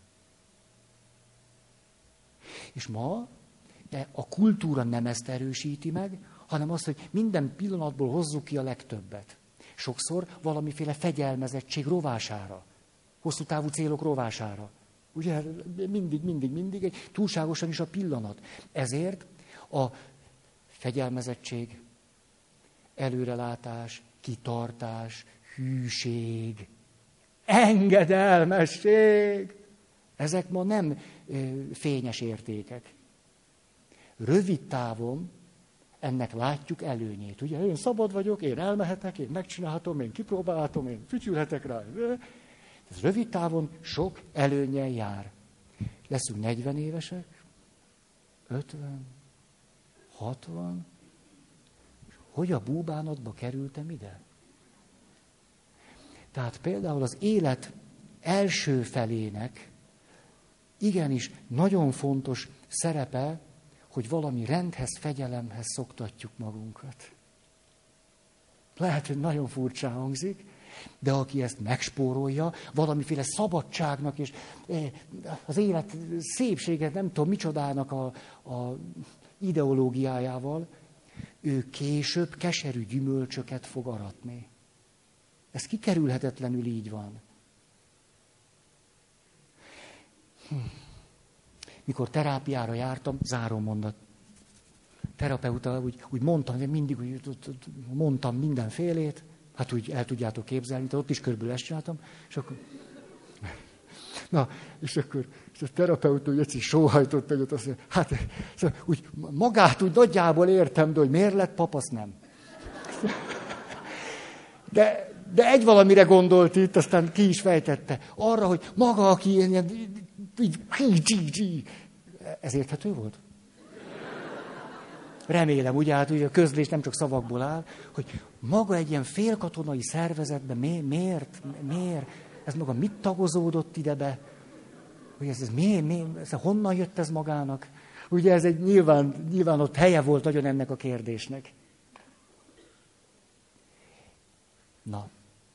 És ma de a kultúra nem ezt erősíti meg, hanem az, hogy minden pillanatból hozzuk ki a legtöbbet. Sokszor valamiféle fegyelmezettség rovására, hosszú távú célok rovására. Ugye mindig, mindig, mindig egy túlságosan is a pillanat. Ezért a fegyelmezettség, előrelátás, kitartás, hűség, engedelmesség, ezek ma nem fényes értékek. Rövid távon ennek látjuk előnyét. Ugye, én szabad vagyok, én elmehetek, én megcsinálhatom, én kipróbálhatom, én fütyülhetek rá. Ez rövid távon sok előnnyel jár. Leszünk negyven évesek, ötven, hatvan, hogy a búbánatba kerültem ide? Tehát például az élet első felének igenis nagyon fontos szerepe, hogy valami rendhez, fegyelemhez szoktatjuk magunkat. Lehet, hogy nagyon furcsán hangzik, de aki ezt megspórolja, valamiféle szabadságnak és az élet szépséget, nem tudom micsodának a, a ideológiájával, ő később keserű gyümölcsöket fog aratni. Ez kikerülhetetlenül így van. Hm. Mikor terápiára jártam, záró mondat. Terapeuta úgy, úgy mondtam, mindig úgy, mondtam mindenfélét, hát úgy el tudjátok képzelni, tehát ott is körülbelül ezt csináltam, és akkor... Na, és akkor és a terapeuta úgy egyszer sóhajtott egyet, azt mondja, hát szóval úgy magát úgy nagyjából értem, de hogy miért lett pap, azt nem. De, de egy valamire gondolt itt, aztán ki is fejtette. Arra, hogy maga, aki ilyen... így, ez érthető volt? Remélem, ugye, hát ugye a közlés nem csak szavakból áll, hogy maga egy ilyen félkatonai szervezetben mi, miért, miért, ez maga mit tagozódott idebe, hogy ez, ez miért, miért, ez honnan jött ez magának? Ugye ez egy nyilván, nyilván ott helye volt nagyon ennek a kérdésnek. Na,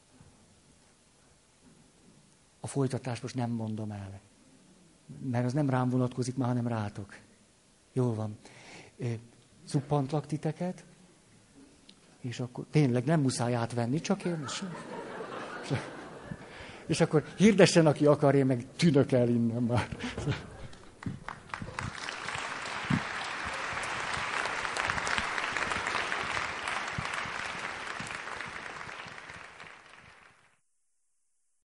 a folytatást most nem mondom el, mert az nem rám vonatkozik már, hanem rátok. Jól van. Szuppantlak titeket, és akkor tényleg nem muszáj átvenni, csak én... És, és akkor hirdessen, aki akar, én meg tűnök el innen már.